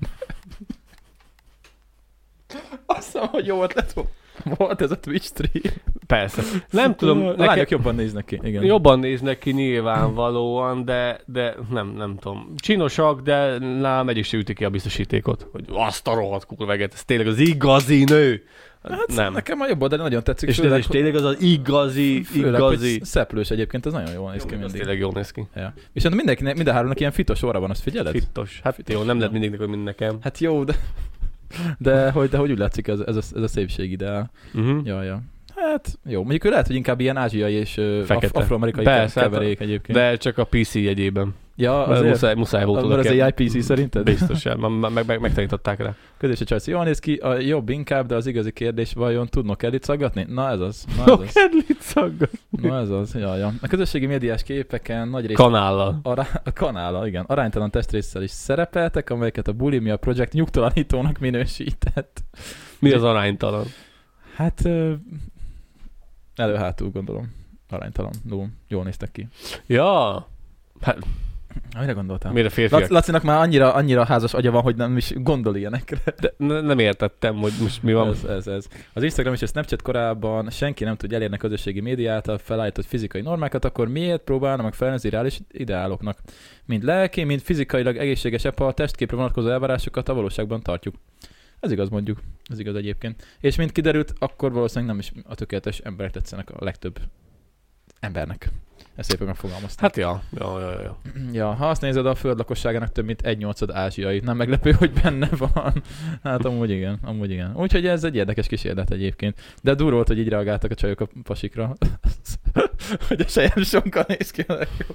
Speaker 1: Azt hiszem, hogy jó ötlet volt ez a Twitch stream.
Speaker 2: Persze. Nem tudom.
Speaker 1: A lányok jobban néznek ki, igen.
Speaker 2: Jobban néznek ki nyilvánvalóan, de nem tudom. Csinosak, de nálam meg is ütik ki a biztosítékot. Hogy azt a rohadt kurveget, ez tényleg az igazi nő.
Speaker 1: Hát nem. Nekem a jobb oldali nagyon tetszik.
Speaker 2: És főleg, tényleg az az igazi.
Speaker 1: Szeplős egyébként, az nagyon jól néz ki mindig.
Speaker 2: Tényleg jól néz ki.
Speaker 1: Ja. És minden háromnak ilyen fitos óra van, azt figyeled?
Speaker 2: Fitos. Hát fitos. Jó, nem lehet mindig, hogy mind nekem.
Speaker 1: Hát jó, de hogy úgy látszik ez a szépség ideál. Ja. Hát jó, mondjuk lehet, hogy inkább ilyen ázsiai és afroamerikai keverék egyébként.
Speaker 2: De csak a PC jegyében.
Speaker 1: Ja, azért
Speaker 2: muszáj volt oda.
Speaker 1: Az AI PC szerinted?
Speaker 2: Biztosan, megtanították rá.
Speaker 1: Közös a csajci jól néz ki, a jobb inkább, de az igazi kérdés, vajon tudnak Kellyt szaggatni? Na ez az.
Speaker 2: Kellyt szaggatni.
Speaker 1: Na ez az, ja. A közösségi médiás képeken nagy rész...
Speaker 2: Kanállal.
Speaker 1: Kanállal, igen. Aránytalan testrésszel is szerepeltek, amelyeket a Bulimia Project nyugtalanítónak minősített.
Speaker 2: Mi az aránytalan?
Speaker 1: Hát elő-hátul gondolom. Aránytalan. Jól néztek ki.
Speaker 2: Ja. Hát...
Speaker 1: Mire gondoltál?
Speaker 2: Mire férfiak?
Speaker 1: Lacinak már annyira házas agya van, hogy nem is gondol ilyenekre.
Speaker 2: De nem értettem, hogy most mi van.
Speaker 1: Ez. Az Instagram és a Snapchat korábban senki nem tud elérni a közösségi média által felállított fizikai normákat, akkor miért próbálna meg felelni az irreális ideáloknak? Mind lelki, mind fizikailag egészségesebb, ha a testképre vonatkozó elvárásokat a valóságban tartjuk. Ez igaz mondjuk. Ez igaz egyébként. És mint kiderült, akkor valószínűleg nem is a tökéletes emberek tetszenek a legtöbb embernek. Ezt szépen megfogalmaztam.
Speaker 2: Hát ja.
Speaker 1: Ja, ha azt nézed, a föld lakosságának több mint 1/8 ázsiai. Nem meglepő, hogy benne van. Hát amúgy igen. Úgyhogy ez egy érdekes kísérlet egyébként. De durva volt, hogy így reagáltak a csajok a pasikra. Hogy a selyemsonka néz ki a legjobb.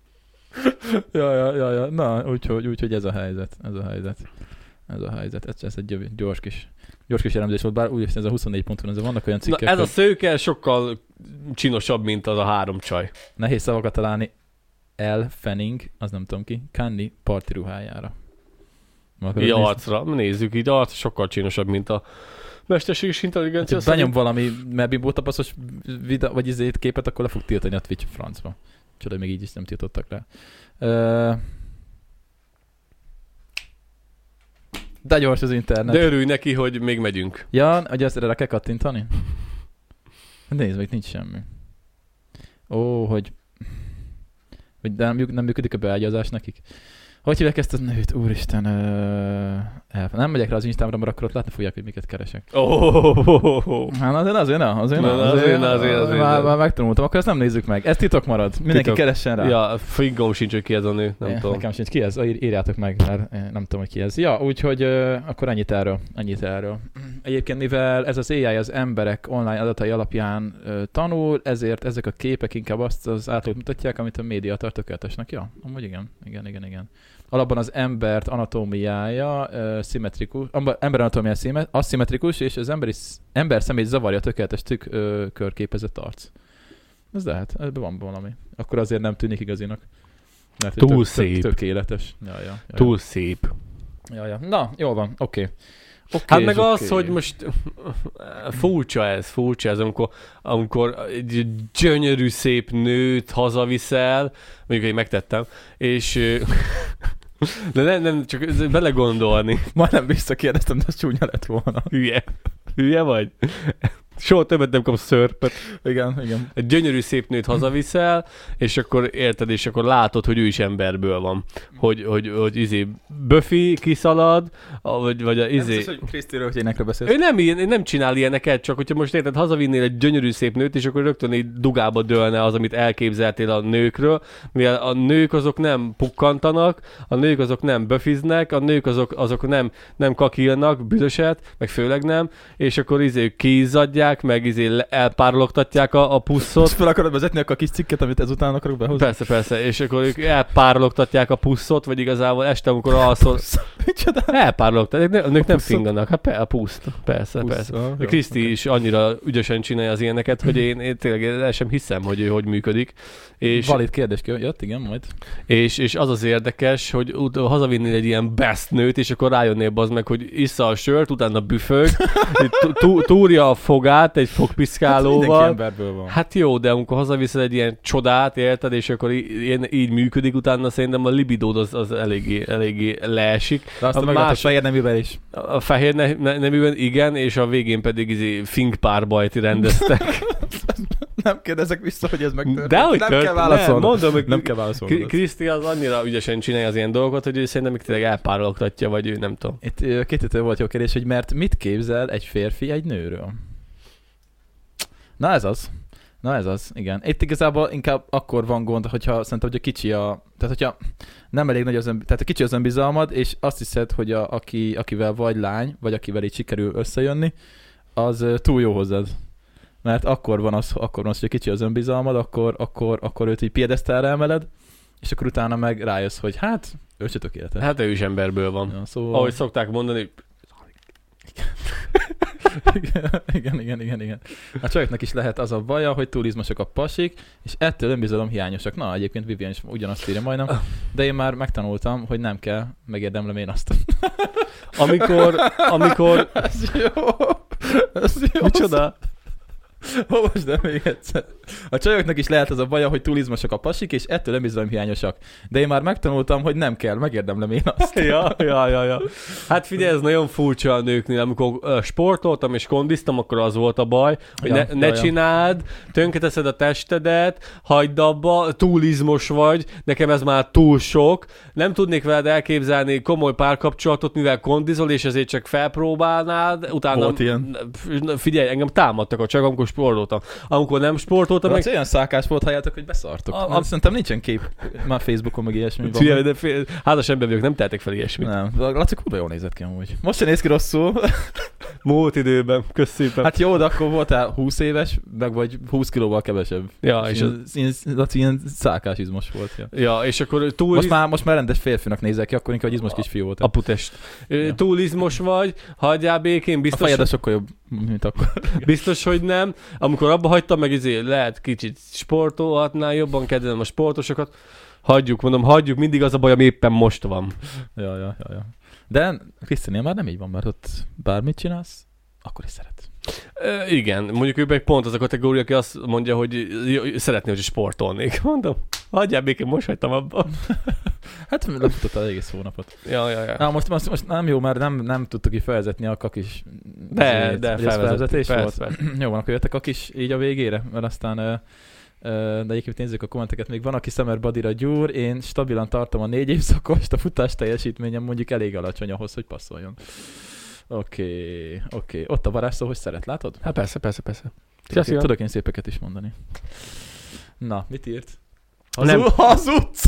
Speaker 1: Ja. Na, úgyhogy ez a helyzet. Ez egy gyors kis elemzés volt, bár úgyis ez a 24 ponton, vannak olyan cikkek.
Speaker 2: Na, ez a szőke sokkal csinosabb, mint az a 3 csaj.
Speaker 1: Nehéz szavakat találni. Elle Fanning, az nem tudom ki, Kanye parti ruhájára.
Speaker 2: Így arcra, nézzük így, arc sokkal csinosabb, mint a mesterséges intelligencia.
Speaker 1: Hát, benyom valami Mebibó tapaszos vagy képet, akkor le fog tiltani a Twitch francba. Csoda, még így is nem tiltottak rá. De gyors az internet.
Speaker 2: De örülj neki, hogy még megyünk.
Speaker 1: Ja, hogy ezt erre kell kattintani? Nézd meg, nincs semmi. Hogy nem működik a beágyazás nekik. Hogy hívják ezt a nőt? Úristen, nem megyek rá az Instagramra, mert akkor ott látni fogják, hogy miket keresek. Hát azért. Már megtanultam, akkor ezt nem nézzük meg. Ez titok marad. Mindenki keressen rá.
Speaker 2: Ja, fingom sincs, hogy ki ez a nő. Nem tudom.
Speaker 1: Nekem sincs. Ki ez? Írjátok meg, mert nem tudom, hogy ki ez. Ja, úgyhogy akkor ennyit erről. Egyébként, mivel ez az AI az emberek online adatai alapján tanul, ezért ezek a képek inkább azt az átlagot mutatják, amit a média tart tökéletesnek. Ja, amúgy igen. alapban az embert anatómiája szimmetrikus, ember anatómiája aszimmetrikus, és az ember szemét zavarja a tökéletes körképezett arc. Ez lehet, ebben van valami. Akkor azért nem tűnik igazinak. Mert
Speaker 2: túl szép.
Speaker 1: Tökéletes. Ja.
Speaker 2: Túl szép.
Speaker 1: Ja. Na, jól van, oké.
Speaker 2: Hát meg az, hogy most furcsa ez, amikor egy gyönyörű szép nőt hazaviszel, mondjuk én megtettem, és de nem csak belegondolni.
Speaker 1: Majdnem visszakérdeztem, de az csúnya lett volna.
Speaker 2: Hülye vagy? Soha többet nem kapsz szörpöt.
Speaker 1: Igen.
Speaker 2: Egy gyönyörű szép nőt hazaviszel, és akkor érted, és akkor látod, hogy ő is emberből van. Hogy Buffy kiszalad, vagy a
Speaker 1: Nem biztos, hogy Kriszti rögtényekre beszélsz.
Speaker 2: Ő nem csinál ilyeneket, csak hogyha most érted, hazavinnél egy gyönyörű szép nőt, és akkor rögtön így dugába dőlne az, amit elképzeltél a nőkről, mivel a nők azok nem pukkantanak, a nők azok nem böfiznek, a nők azok nem kakilnak, büdöset, meg főleg nem, és akkor kiizzadják, meg elpárologtatják a puszot.
Speaker 1: És fel akarod vezetni a kis cikket, amit ezután akarok behozni?
Speaker 2: Persze, és akkor ők elpárologtatják a puszot, vagy igazából este, amikor alszol... Elpárologtatják, a nők nem finganak. Hát a puszt, persze. Kriszti is annyira ügyesen csinálja az ilyeneket, hogy én tényleg el sem hiszem, hogy működik. És,
Speaker 1: valid kérdés jött, igen, majd.
Speaker 2: És az érdekes, hogy hazavinnél egy ilyen best nőt, és akkor rájönnél az meg, hogy issza a sört, utána büfög, túrja a fogát egy fogpiszkálóval. Hát jó, de amikor hazaviszel egy ilyen csodát, érted, és akkor így működik, utána szerintem a libidód az eléggé leesik.
Speaker 1: De azt a fehér neműben is.
Speaker 2: A fehér neműben igen, és a végén pedig fingpárbajt rendeztek.
Speaker 1: Nem kérdezek vissza, hogy ez megtörtént.
Speaker 2: De
Speaker 1: nem kell válaszolni.
Speaker 2: Nem kell válaszolni. Kriszti az annyira ügyesen csinálja az ilyen dolgokat, hogy ő szerintem még tényleg elpárologtatja, vagy ő nem tudom.
Speaker 1: Itt kétítő volt jó kérdés, hogy mert mit képzel egy férfi egy nőről? Na ez az, igen. Itt igazából inkább akkor van gond, hogyha szerintem, hogy a kicsi tehát hogyha nem elég nagy tehát a kicsi az önbizalmad, és azt hiszed, hogy akivel vagy lány, vagy akivel így sikerül összejönni, az túl jó hozzád. Mert akkor van az, hogy kicsi az önbizalmad, akkor őt így piedesztálra emeled, és akkor utána meg rájössz, hogy hát, ő se tökéletes.
Speaker 2: Hát ő is emberből van. Ja, szóval... Ahogy szokták mondani,
Speaker 1: Igen. A csajoknak is lehet az a baja, hogy túl izmosak a pasik, és ettől önbizalom hiányosak. Na, egyébként Vivian is ugyanazt írja majdnem, de én már megtanultam, hogy nem kell, megérdemlem én azt.
Speaker 2: Amikor...
Speaker 1: Ez jó.
Speaker 2: Micsoda?
Speaker 1: Olvasd el még egyszer. A csajoknak is lehet az a baja, hogy túl izmosak a pasik, és ettől önbizalomhiányosak. De én már megtanultam, hogy nem kell, megérdemlem én azt.
Speaker 2: Ja. Hát figyelj, ez nagyon furcsa a nőknél. Amikor sportoltam és kondiztam, akkor az volt a baj, hogy ne csináld, tönkreteszed a testedet, hagyd abba, túl izmos vagy, nekem ez már túl sok. Nem tudnék veled elképzelni komoly párkapcsolatot, mivel kondizol, és ezért csak felpróbálnád. Utána,
Speaker 1: volt ilyen.
Speaker 2: Figyelj, engem támadtak a csak, amikor sportoltam. Amikor nem sportoltam,
Speaker 1: meg... olyan szálkás volt, halljátok, hogy beszartok. Szerintem nincsen kép már Facebookon, meg ilyesmi.
Speaker 2: Házas ember vagyok, nem tehetek fel ilyesmit.
Speaker 1: Nem, Laci kurva jól nézett ki amúgy. Most sem néz ki rosszul.
Speaker 2: Múlt időben, kösz szépen.
Speaker 1: Hát jó, de akkor voltál 20 éves, meg vagy 20 kilóval kevesebb.
Speaker 2: Ja, és
Speaker 1: Laci ilyen szálkás izmos volt.
Speaker 2: Ja, és akkor
Speaker 1: most már rendes férfinak nézel ki, akkor inkább izmos kisfiú volt.
Speaker 2: Aputest. Túl izmos vagy, hagyjál békén, biztos...
Speaker 1: A fejed sokkal jobb, mint akkor.
Speaker 2: Biztos, hogy nem. Amikor abba hagytam, meg lehet kicsit sportolhatnál, jobban kedvelem a sportosokat. Hagyjuk, mindig az a baj, ami éppen most van.
Speaker 1: Ja. De Krisztinél már nem így van, mert ott bármit csinálsz, akkor is szeret.
Speaker 2: Igen, mondjuk ő meg pont az a kategória, aki azt mondja, hogy szeretné, hogy sportolnék. Mondom, hagyjál békén, most hagytam abba.
Speaker 1: Hát lefutottál egész hónapot.
Speaker 2: Ja.
Speaker 1: Na, most nem jó, mert nem tudtuk így felvezetni a kakis.
Speaker 2: De felvezetés
Speaker 1: volt. Jó van, akkor jöttek a kis így a végére, mert aztán... De egyébként nézzük a kommenteket, még van, aki Summer Body-ra gyúr, én stabilan tartom a 4 évszakost, a futás teljesítményem mondjuk elég alacsony ahhoz, hogy passzoljon. Oké. Ott a varázsszó, hogy szeret, látod?
Speaker 2: Hát persze.
Speaker 1: Tudok én szépeket is mondani. Na, mit írt?
Speaker 2: Hazudsz!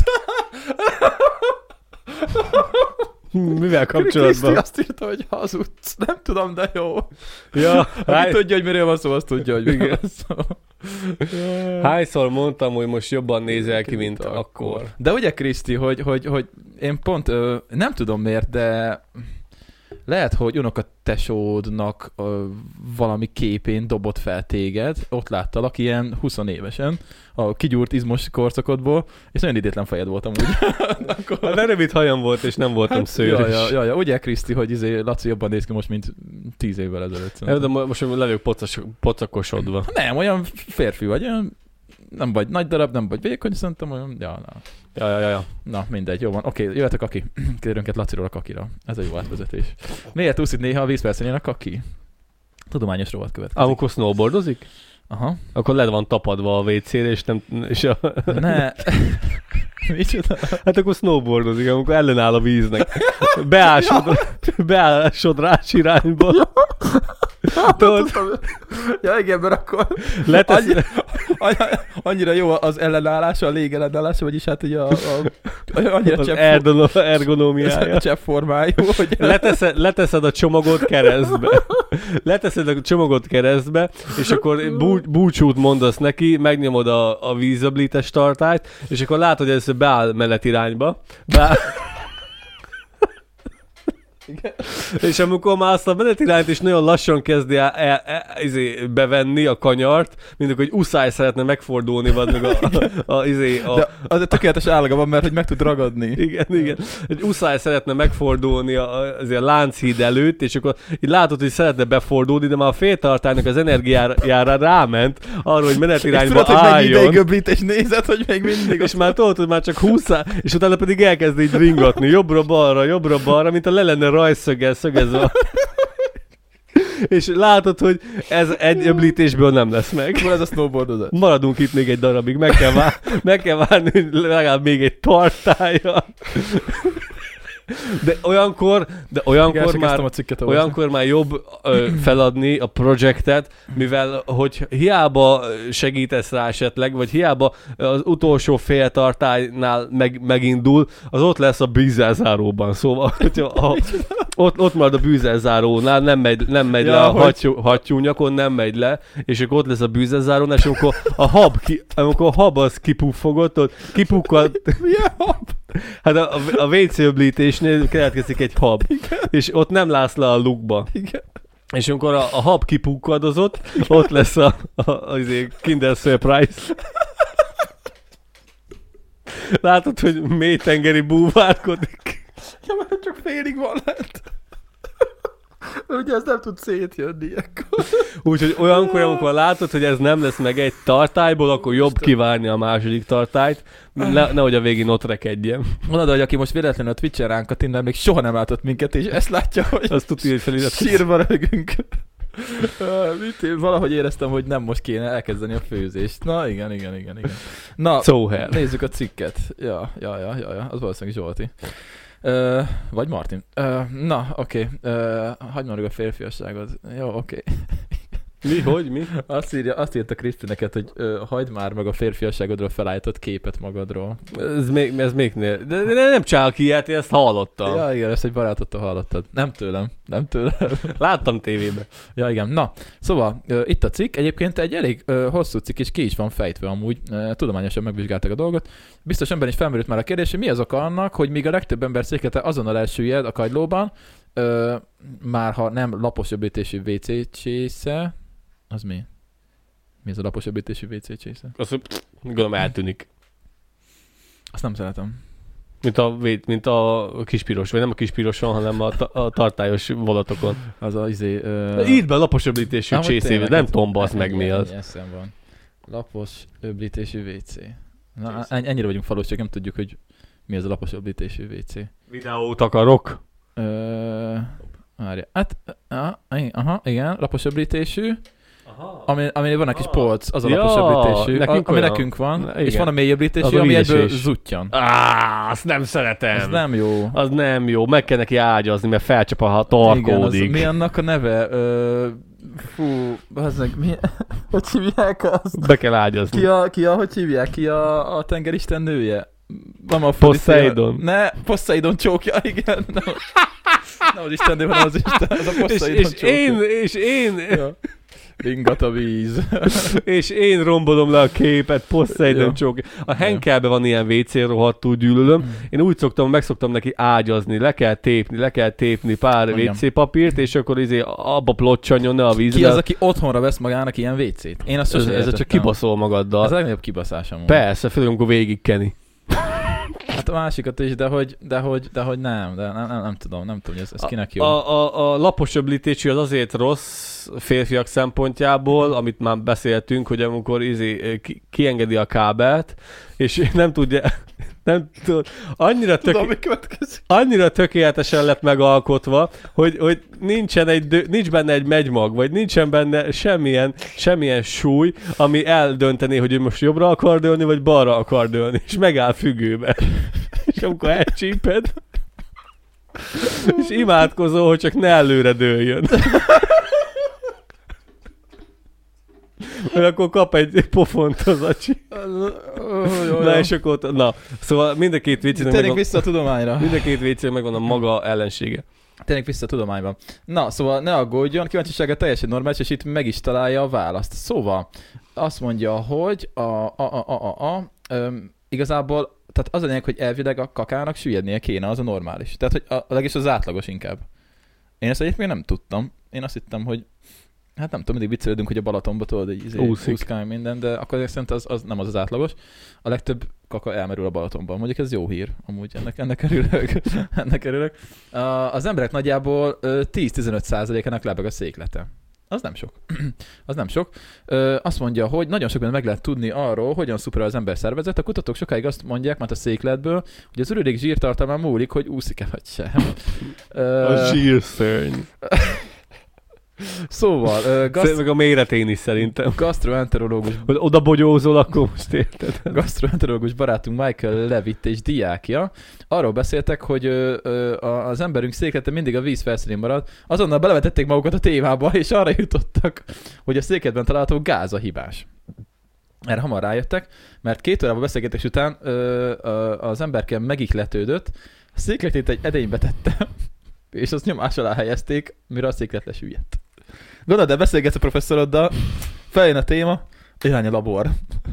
Speaker 2: Mivel kapcsolatban?
Speaker 1: Kriszti azt írta, hogy hazudsz. Nem tudom, de jó.
Speaker 2: Ja,
Speaker 1: aki tudja, hogy miről van szó, azt tudja, hogy miről van szó.
Speaker 2: Hányszor mondtam, hogy most jobban nézel ki, mint akkor.
Speaker 1: De ugye, Kriszti, hogy én pont nem tudom miért, de lehet, hogy unokatesódnak valami képén dobott fel téged, ott láttalak ilyen 20 évesen, a kigyúrt izmos korszakodból, és nagyon idétlen fejed voltam úgy.
Speaker 2: Akkor... Hát rövid hajam volt, és nem voltam szőrös.
Speaker 1: Ja, ugye, Kriszti, hogy Laci jobban néz ki most, mint 10 évvel ezelőtt.
Speaker 2: De most levők pocakosodva.
Speaker 1: Nem, olyan férfi vagy, olyan nem vagy nagy darab, nem vagy vékony, szerintem olyan,
Speaker 2: Ja.
Speaker 1: Na, mindegy, jó van. Oké, jöhet a kaki. Kérünk egy Laciról a kakira. Ez a jó átvezetés. Miért úszik néha a vízpercén a kaki? Tudományos rovat következik.
Speaker 2: Amikor snowboardozik?
Speaker 1: Aha.
Speaker 2: Akkor le van tapadva a WC-re, és nem... És
Speaker 1: Ne... Micsoda?
Speaker 2: Hát akkor snowboardozik, amikor ellenáll a víznek. Beásodrás irányba.
Speaker 1: Ja, igen, mert akkor annyira jó az ellenállása, a légellenállása, vagyis hát ugye annyira
Speaker 2: ergonómiája.
Speaker 1: Cseppformájú, hogy...
Speaker 2: Leteszed a csomagot keresztbe, és akkor búcsút mondasz neki, megnyomod a vízöblítes tartályt, és akkor látod, hogy ez beáll menet irányba. Igen. És amikor már azt a menetirányt is nagyon lassan kezdi bevenni a kanyart, mint hogy uszály szeretne megfordulni, vagy meg
Speaker 1: De az egy tökéletes állaga van, mert hogy meg tud ragadni.
Speaker 2: Igen. Egy uszály szeretne megfordulni a Lánchíd előtt, és akkor így látod, hogy szeretne befordulni, de már a féltartálynak az energiára ráment arra, hogy menetirányba
Speaker 1: álljon. És
Speaker 2: tudod,
Speaker 1: hogy mennyi ideig és nézed, hogy még mindig...
Speaker 2: És már tudod, hogy már csak 20, és utána pedig elkezd így ringatni, jobbra-balra, mint a le lenne rajszöggel szögezve. És látod, hogy ez egy öblítésből nem lesz meg.
Speaker 1: Ez a snowboardozás.
Speaker 2: Maradunk itt még egy darabig, meg kell várni, hogy legalább még egy tartálya. De olyankor már jobb feladni a projektet, mivel hogy hiába segítesz rá esetleg, vagy hiába az utolsó fél tartálynál megindul, az ott lesz a bűzelzáróban. Szóval, hogyha ott marad a bűzelzárónál, nem megy le a hattyúnyakon, nem megy le, és akkor ott lesz a bűzelzárónál, és amikor a hab az kipuffogott, kipukkad.
Speaker 1: Milyen hab?
Speaker 2: Hát a WC öblítésnél keletkezik egy hab, igen. És ott nem látsz le a lukba. Igen. És amikor a hab kipukkadozott, ott lesz a Kinder Surprise. Látod, hogy mélytengeri búvárkodik.
Speaker 1: Ja, mert csak félig van lent. Ugye ez nem tud szétjönni akkor.
Speaker 2: Úgyhogy olyankor, amikor látod, hogy ez nem lesz meg egy tartályból, akkor jobb kivárni a második tartályt, nehogy a végén ott rekedjen.
Speaker 1: Mondod, hogy aki most véletlenül a Twitch-en ránk a Tinder még soha nem látott minket, és ezt látja, hogy
Speaker 2: azt tudja, hogy feliratkozik.
Speaker 1: Sírva rögünk. Valahogy éreztem, hogy nem most kéne elkezdeni a főzést. Na, igen. Na, nézzük a cikket. Ja, az valószínűleg Zsolti. Vagy Martin. Na, oké. Hagyd már a férfiasságot. Jó, oké.
Speaker 2: Mi?
Speaker 1: Azt írta Kriszti neked, hogy hagyd már meg a férfiasságodról felállított képet magadról.
Speaker 2: Ez még de nem csinálok ilyet, én ezt hallottam.
Speaker 1: Ja, igen, ezt egy barátottól hallottad. Nem tőlem.
Speaker 2: Láttam tévében.
Speaker 1: Ja, igen. Na, szóval itt a cikk. Egyébként egy elég hosszú cikk, és ki is van fejtve amúgy. Tudományosan megvizsgálták a dolgot. Biztos ember is felmerült már a kérdés, hogy mi az oka annak, hogy míg a legtöbb ember székete azonnal elsüllyed a kagylóban, már ha nem lapos öblítésű WC csésze. Az mi? Mi ez a lapos öblítésű WC csésze?
Speaker 2: Azt gondolom eltűnik.
Speaker 1: Azt nem szeretem.
Speaker 2: Mint a kispiros, vagy nem a kispiroson, hanem a tartályos volatokon.
Speaker 1: Az a
Speaker 2: Írd be lapos öblítésű csészével, nem tombasz meg mi az.
Speaker 1: Eszem van. Lapos öblítésű WC. Na, ennyire vagyunk falusiak, nem tudjuk, hogy mi az a lapos öblítésű WC.
Speaker 2: Videót akarok?
Speaker 1: Várja. Hát, igen, lapos öblítésű. Ami van egy kis polc, az a lapos öblítésű, ami nekünk van, igen. És van a mély öblítésű, ami egyből zuttyan.
Speaker 2: Azt nem szeretem.
Speaker 1: Az nem jó.
Speaker 2: Az nem jó, meg kell neki ágyazni, mert felcsap, ha tarkódik.
Speaker 1: Igen, mi annak a neve? Hogy hívják azt?
Speaker 2: Be kell ágyazni.
Speaker 1: Hogy hívják? Ki a tengeristen nője?
Speaker 2: Poseidon.
Speaker 1: Poseidon csókja, igen. Nem az Isten nő, hanem az Isten, az a Poseidon csókja.
Speaker 2: És én...
Speaker 1: Ja. Ringat a víz.
Speaker 2: És én rombolom le a képet, Poseidon csók. A Henkelben van ilyen WC, rohadtul gyűlölöm. Én úgy meg szoktam neki ágyazni, le kell tépni pár WC papírt, és akkor abba plocsanjon ne a vízbe.
Speaker 1: Ki az, aki otthonra vesz magának ilyen WC-t? Én azt
Speaker 2: ez csak kibaszol magaddal.
Speaker 1: Ez a legnagyobb kibaszásom.
Speaker 2: Persze, főleg amikor végigkeni.
Speaker 1: Hát a másikat is, de hogy nem tudom, ez kinek jó.
Speaker 2: A lapos öblítésű az azért rossz férfiak szempontjából, amit már beszéltünk, hogy amikor kiengedi a kábelt, és nem tudja, annyira tökéletesen lett megalkotva, hogy nincs benne egy megymag, vagy nincsen benne semmilyen súly, ami eldönteni, hogy ő most jobbra akar dőlni, vagy balra akar dőlni, és megáll függőbe. És amikor elcsíped, és imádkozol, hogy csak ne előre dőljön. Mert akkor kap egy pofont az acsi. Na és akkor szóval mind a két viccének
Speaker 1: megvan... vissza a tudományra.
Speaker 2: Mind a két viccének megvan a maga ellensége.
Speaker 1: Tényleg vissza a tudományba. Na, szóval ne aggódjon, kíváncsisága teljesen normális, és itt meg is találja a választ. Szóval azt mondja, hogy igazából, tehát az a lényeg, hogy elvileg a kakának süllyednie kéne, az a normális. Tehát, hogy a legis az átlagos inkább. Én ezt egyébként még nem tudtam. Én azt hittem, hogy hát nem tudom, mindig viccelődünk, hogy a Balatonba tudod, hogy úszkál minden, de akkor szerintem az nem az átlagos. A legtöbb kaka elmerül a Balatonban. Mondjuk ez jó hír, amúgy ennek örülök. Az emberek nagyjából 10-15%-ának lebeg a széklete. Az nem sok. Azt mondja, hogy nagyon sok meg lehet tudni arról, hogyan szuperál az ember szervezet. A kutatók sokáig azt mondják, már a székletből, hogy az ürülék zsírtartalmán múlik, hogy úszik-e vagy sem.
Speaker 2: A zsírszörny.
Speaker 1: Szóval...
Speaker 2: meg a méretén is szerintem.
Speaker 1: Gastroenterológus...
Speaker 2: Oda bogyózol, akkor most érted.
Speaker 1: Gastroenterológus barátunk Michael Levitt és diákja arról beszéltek, hogy az emberünk széklete mindig a víz felszínén marad. Azonnal belevetették magukat a témába, és arra jutottak, hogy a székletben található gáz a hibás. Erre hamar rájöttek, mert 2 órában beszélgetés után az emberke megihletődött, a székletét egy edénybe tette, és azt nyomás alá helyezték, mire a széklet lesüllyedt. Gondolod, de beszélgetsz a professzoroddal, feljön a téma, irány a labor.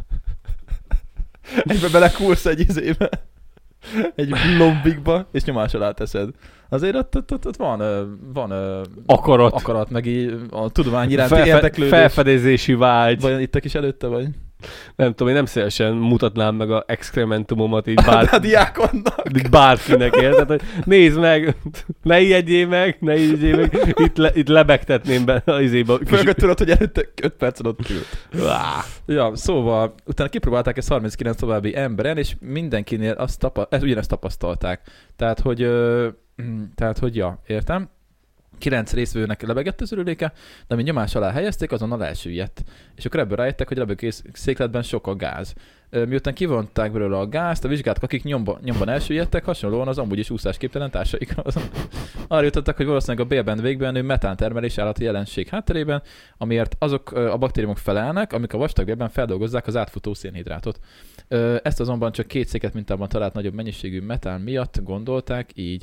Speaker 1: Egybe belekúrsz egy izébe, egy lombikba, és nyomás alá teszed. Azért ott van akarat, meg a tudomány iránti érdeklődés.
Speaker 2: Felfedezési vágy.
Speaker 1: Vajon ittek is előtte, vagy?
Speaker 2: Nem tudom, én nem szívesen mutatnám meg a exkrementumomat így bárkinek, érted? Hogy nézd meg, ne ijedjél meg, itt lebegtetném be az izébe.
Speaker 1: Főleg tudod, hogy előtte 5 percen ott ült. Ja, szóval utána kipróbálták ezt 39 további emberen, és mindenkinél ugyanezt tapasztalták. Tehát, hogy ja, értem. 9 részvevőnek lebegett az ürüléke, de amint nyomás alá helyezték, azonnal elsüllyedt. És akkor ebből rájöttek, hogy a lebegő székletben sok a gáz. Miután kivonták belőle a gázt, a vizsgálatok, akik nyomban elsüllyedtek, hasonlóan az amúgy is úszásképtelen társaikra. Arra jutottak, hogy valószínűleg a bélben végben metántermelés állati jelenség hátterében, amiért azok a baktériumok felelnek, amik a vastag bélben feldolgozzák az átfutó szénhidrátot. Ezt azonban csak 2 széklet mintában talált nagyobb mennyiségű metán miatt gondolták így.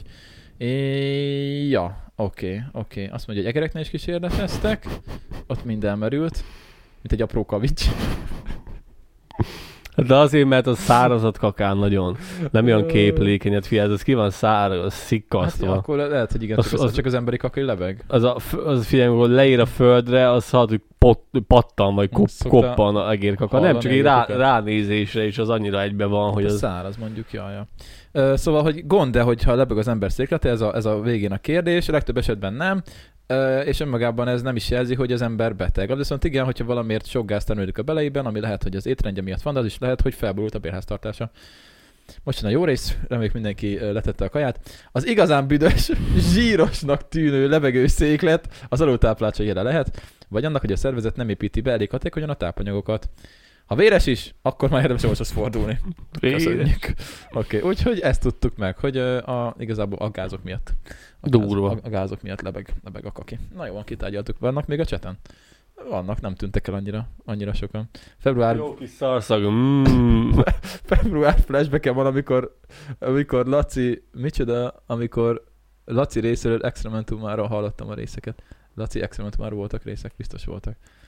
Speaker 1: Oké. Azt mondja, hogy egereknél is kísérleteztek. Ott minden merült, mint egy apró kavics.
Speaker 2: De azért, mert az szárazat kakán nagyon. Nem olyan képlékeny, hát figyelj, az ki van száraz, szikkasztva.
Speaker 1: Hát, akkor lehet, hogy igen, csak az emberi kakai lebeg.
Speaker 2: Az figyelj, amikor leír a földre, az hát, hogy pattan, vagy koppan a egérkaka. Nem, csak egy ránézésre is az annyira egyben van, hogy az...
Speaker 1: Száraz mondjuk, jaja. Szóval, hogy gond-e, hogyha lebeg az ember széklete, ez a végén a kérdés, legtöbb esetben nem, és önmagában ez nem is jelzi, hogy az ember beteg. Az viszont igen, hogyha valamiért sok gáz termelődik a beleiben, ami lehet, hogy az étrendje miatt van, de az is lehet, hogy felborult a bélháztartása. Most jön a jó rész, reméljük mindenki letette a kaját. Az igazán büdös, zsírosnak tűnő levegős széklet az alultápláltság jele lehet, vagy annak, hogy a szervezet nem építi be elég hatékonyan a tápanyagokat. Ha véres is, akkor már érdemes most fordulni. Köszönjük. Oké, úgyhogy ezt tudtuk meg, hogy igazából a gázok miatt. A gázok miatt lebeg a kaki. Na jó, kitárgyaltuk. Vannak még a cseten? Vannak, nem tűntek el annyira sokan.
Speaker 2: Jó kis szarszag.
Speaker 1: Február flashback-en van, amikor Laci, amikor Laci részéről Extrementumáról hallottam a részeket. Laci Extrementumáról voltak részek, biztos voltak.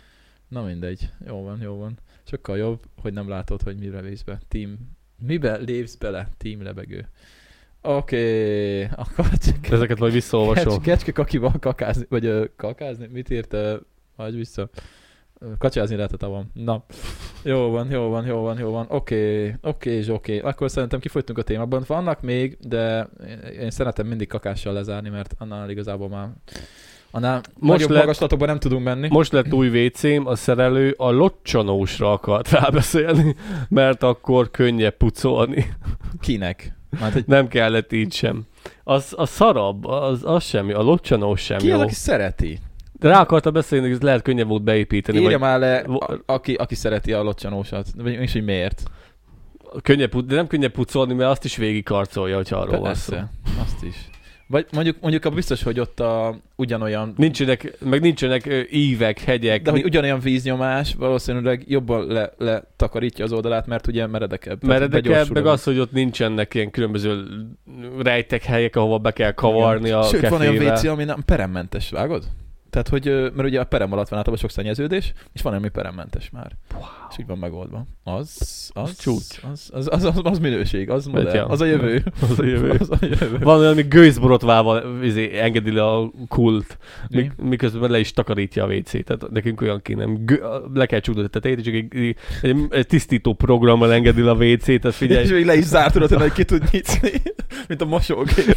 Speaker 1: Na mindegy. Jó van. Sokkal jobb, hogy nem látod, hogy mire lépsz be. Mibe lépsz bele? Team lebegő. Oké, akkor csak...
Speaker 2: Ezeket majd visszaolvasom.
Speaker 1: Kecske kakival kakázni, vagy kakázni? Mit írt? Hagyj vissza. Kacsázni lehet a tavam. Na, jó van. Oké. Akkor szerintem kifogytunk a témában. Vannak még, de én szeretem mindig kakással lezárni, mert annál igazából már nagyobb magaslatokban nem tudunk menni.
Speaker 2: Most lett új WC-m, a szerelő a locsanósra akart rábeszélni, mert akkor könnyebb pucolni.
Speaker 1: Kinek?
Speaker 2: Nem kellett így sem. Az szarabb, az semmi, a locsanós sem
Speaker 1: jó.
Speaker 2: Ki
Speaker 1: az, aki szereti?
Speaker 2: De rá akartam beszélni, hogy ez lehet könnyebb volt beépíteni.
Speaker 1: Írja már le, aki szereti a locsanósat. És hogy miért?
Speaker 2: De nem könnyebb pucolni, mert azt is végig karcolja, hogyha arról van szó.
Speaker 1: Azt is. Vagy mondjuk biztos, hogy ott ugyanolyan...
Speaker 2: Nincsenek ívek, hegyek.
Speaker 1: De hogy ugyanolyan víznyomás valószínűleg jobban letakarítja az oldalát, mert ugye meredekebb.
Speaker 2: Meg az, hogy ott nincsenek ilyen különböző rejtek helyek, ahova be kell kavarni. Igen. A
Speaker 1: sőt,
Speaker 2: kefével.
Speaker 1: van olyan WC, ami nem peremmentes, vágod? Tehát, hogy, mert ugye a perem alatt van általában sok szennyeződés, és van ami peremmentes már. Wow. És úgy van megoldva. Az
Speaker 2: csúcs.
Speaker 1: Az minőség, az modell, ja. Az a jövő.
Speaker 2: Az a jövő. Van olyan, ami gőzborotvával engedi le a kult, miközben le is takarítja a WC-t. Tehát nekünk olyan kéne, le kell csukni a tetejét, és egy tisztító programmal engedi le a WC-t, tehát figyelj.
Speaker 1: És még le is zárt, hogy ki tud nyitni, mint a mosógép.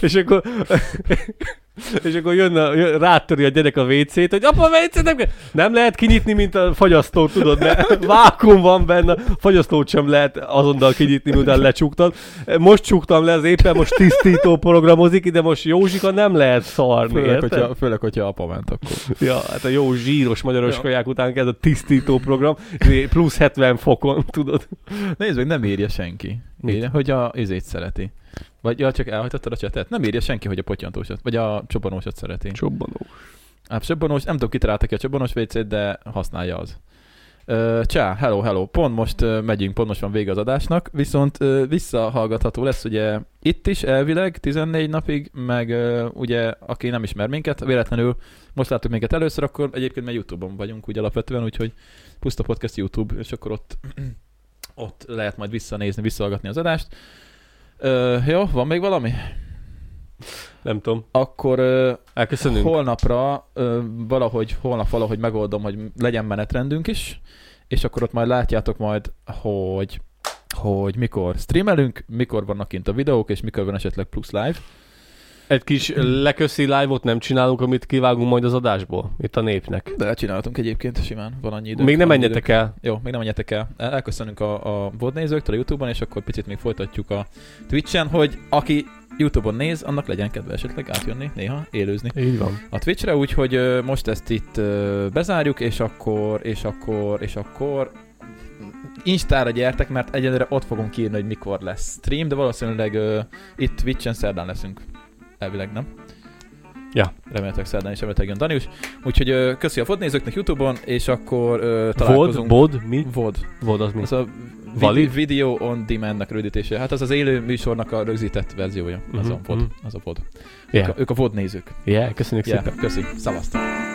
Speaker 2: És akkor rátöri a gyerek a WC-t, hogy apa, WC-t nem lehet kinyitni, mint a fagyasztót, tudod, mert vákuum van benne, fagyasztót sem lehet azonnal kinyitni, miután lecsuktam. Most csuktam le, az éppen most tisztító programozik, de most Józsika nem lehet szarni.
Speaker 1: Főleg, hogyha apa ment akkor.
Speaker 2: Ja, hát a jó zsíros magyaros kaják után kezd a tisztító program, plusz 70 fokon, tudod.
Speaker 1: Nézd meg, nem írja senki. Írja, hogy a izét szereti. Vagy csak elhagytottad a csetet? Nem írja senki, hogy a potyantósat, vagy a csobbanósat szereti. Csobbanós, nem tudom, kitalálta ki a csobbanós WC-t, de használja az. Hello. Pont most megyünk, pont most van vége az adásnak, viszont visszahallgatható lesz ugye itt is elvileg 14 napig, meg ugye aki nem ismer minket, véletlenül most láttuk minket először, akkor egyébként meg YouTube-on vagyunk úgy alapvetően, úgyhogy Puszta Podcast YouTube, és akkor ott lehet majd visszanézni, visszahallgatni az adást. Jó, van még valami?
Speaker 2: Nem tudom.
Speaker 1: Akkor
Speaker 2: elköszönünk.
Speaker 1: Holnapra valahogy megoldom, hogy legyen menetrendünk is, és akkor ott majd látjátok majd, hogy mikor streamelünk, mikor vannak kint a videók, és mikor van esetleg plusz live.
Speaker 2: Egy kis leköszi live-ot nem csinálunk, amit kivágunk majd az adásból, itt a népnek.
Speaker 1: De csinálhatunk egyébként simán, van annyi idő.
Speaker 2: Még nem menjetek el.
Speaker 1: Jó, még nem menjetek el. Elköszönünk a VOD nézőktől a YouTube-on, és akkor picit még folytatjuk a Twitch-en, hogy aki YouTube-on néz, annak legyen kedve esetleg átjönni, néha élőzni.
Speaker 2: Így van.
Speaker 1: A Twitch-re, úgyhogy most ezt itt bezárjuk, és akkor Instára gyertek, mert egyelőre ott fogunk írni, hogy mikor lesz stream, de valószínűleg itt Twitch-en szerdán leszünk. Elvileg, nem?
Speaker 2: Ja.
Speaker 1: Remélhetőleg szerdán is jön Danius. Úgyhogy köszi a VOD nézőknek YouTube-on, és akkor találkozunk. VOD az mi? Az a Video on Demand-nek rövidítése. Hát az élő műsornak a rögzített verziója. Az a VOD. Yeah. Ők a VOD nézők.
Speaker 2: Köszönjük szépen.
Speaker 1: Köszi. Szavaztok.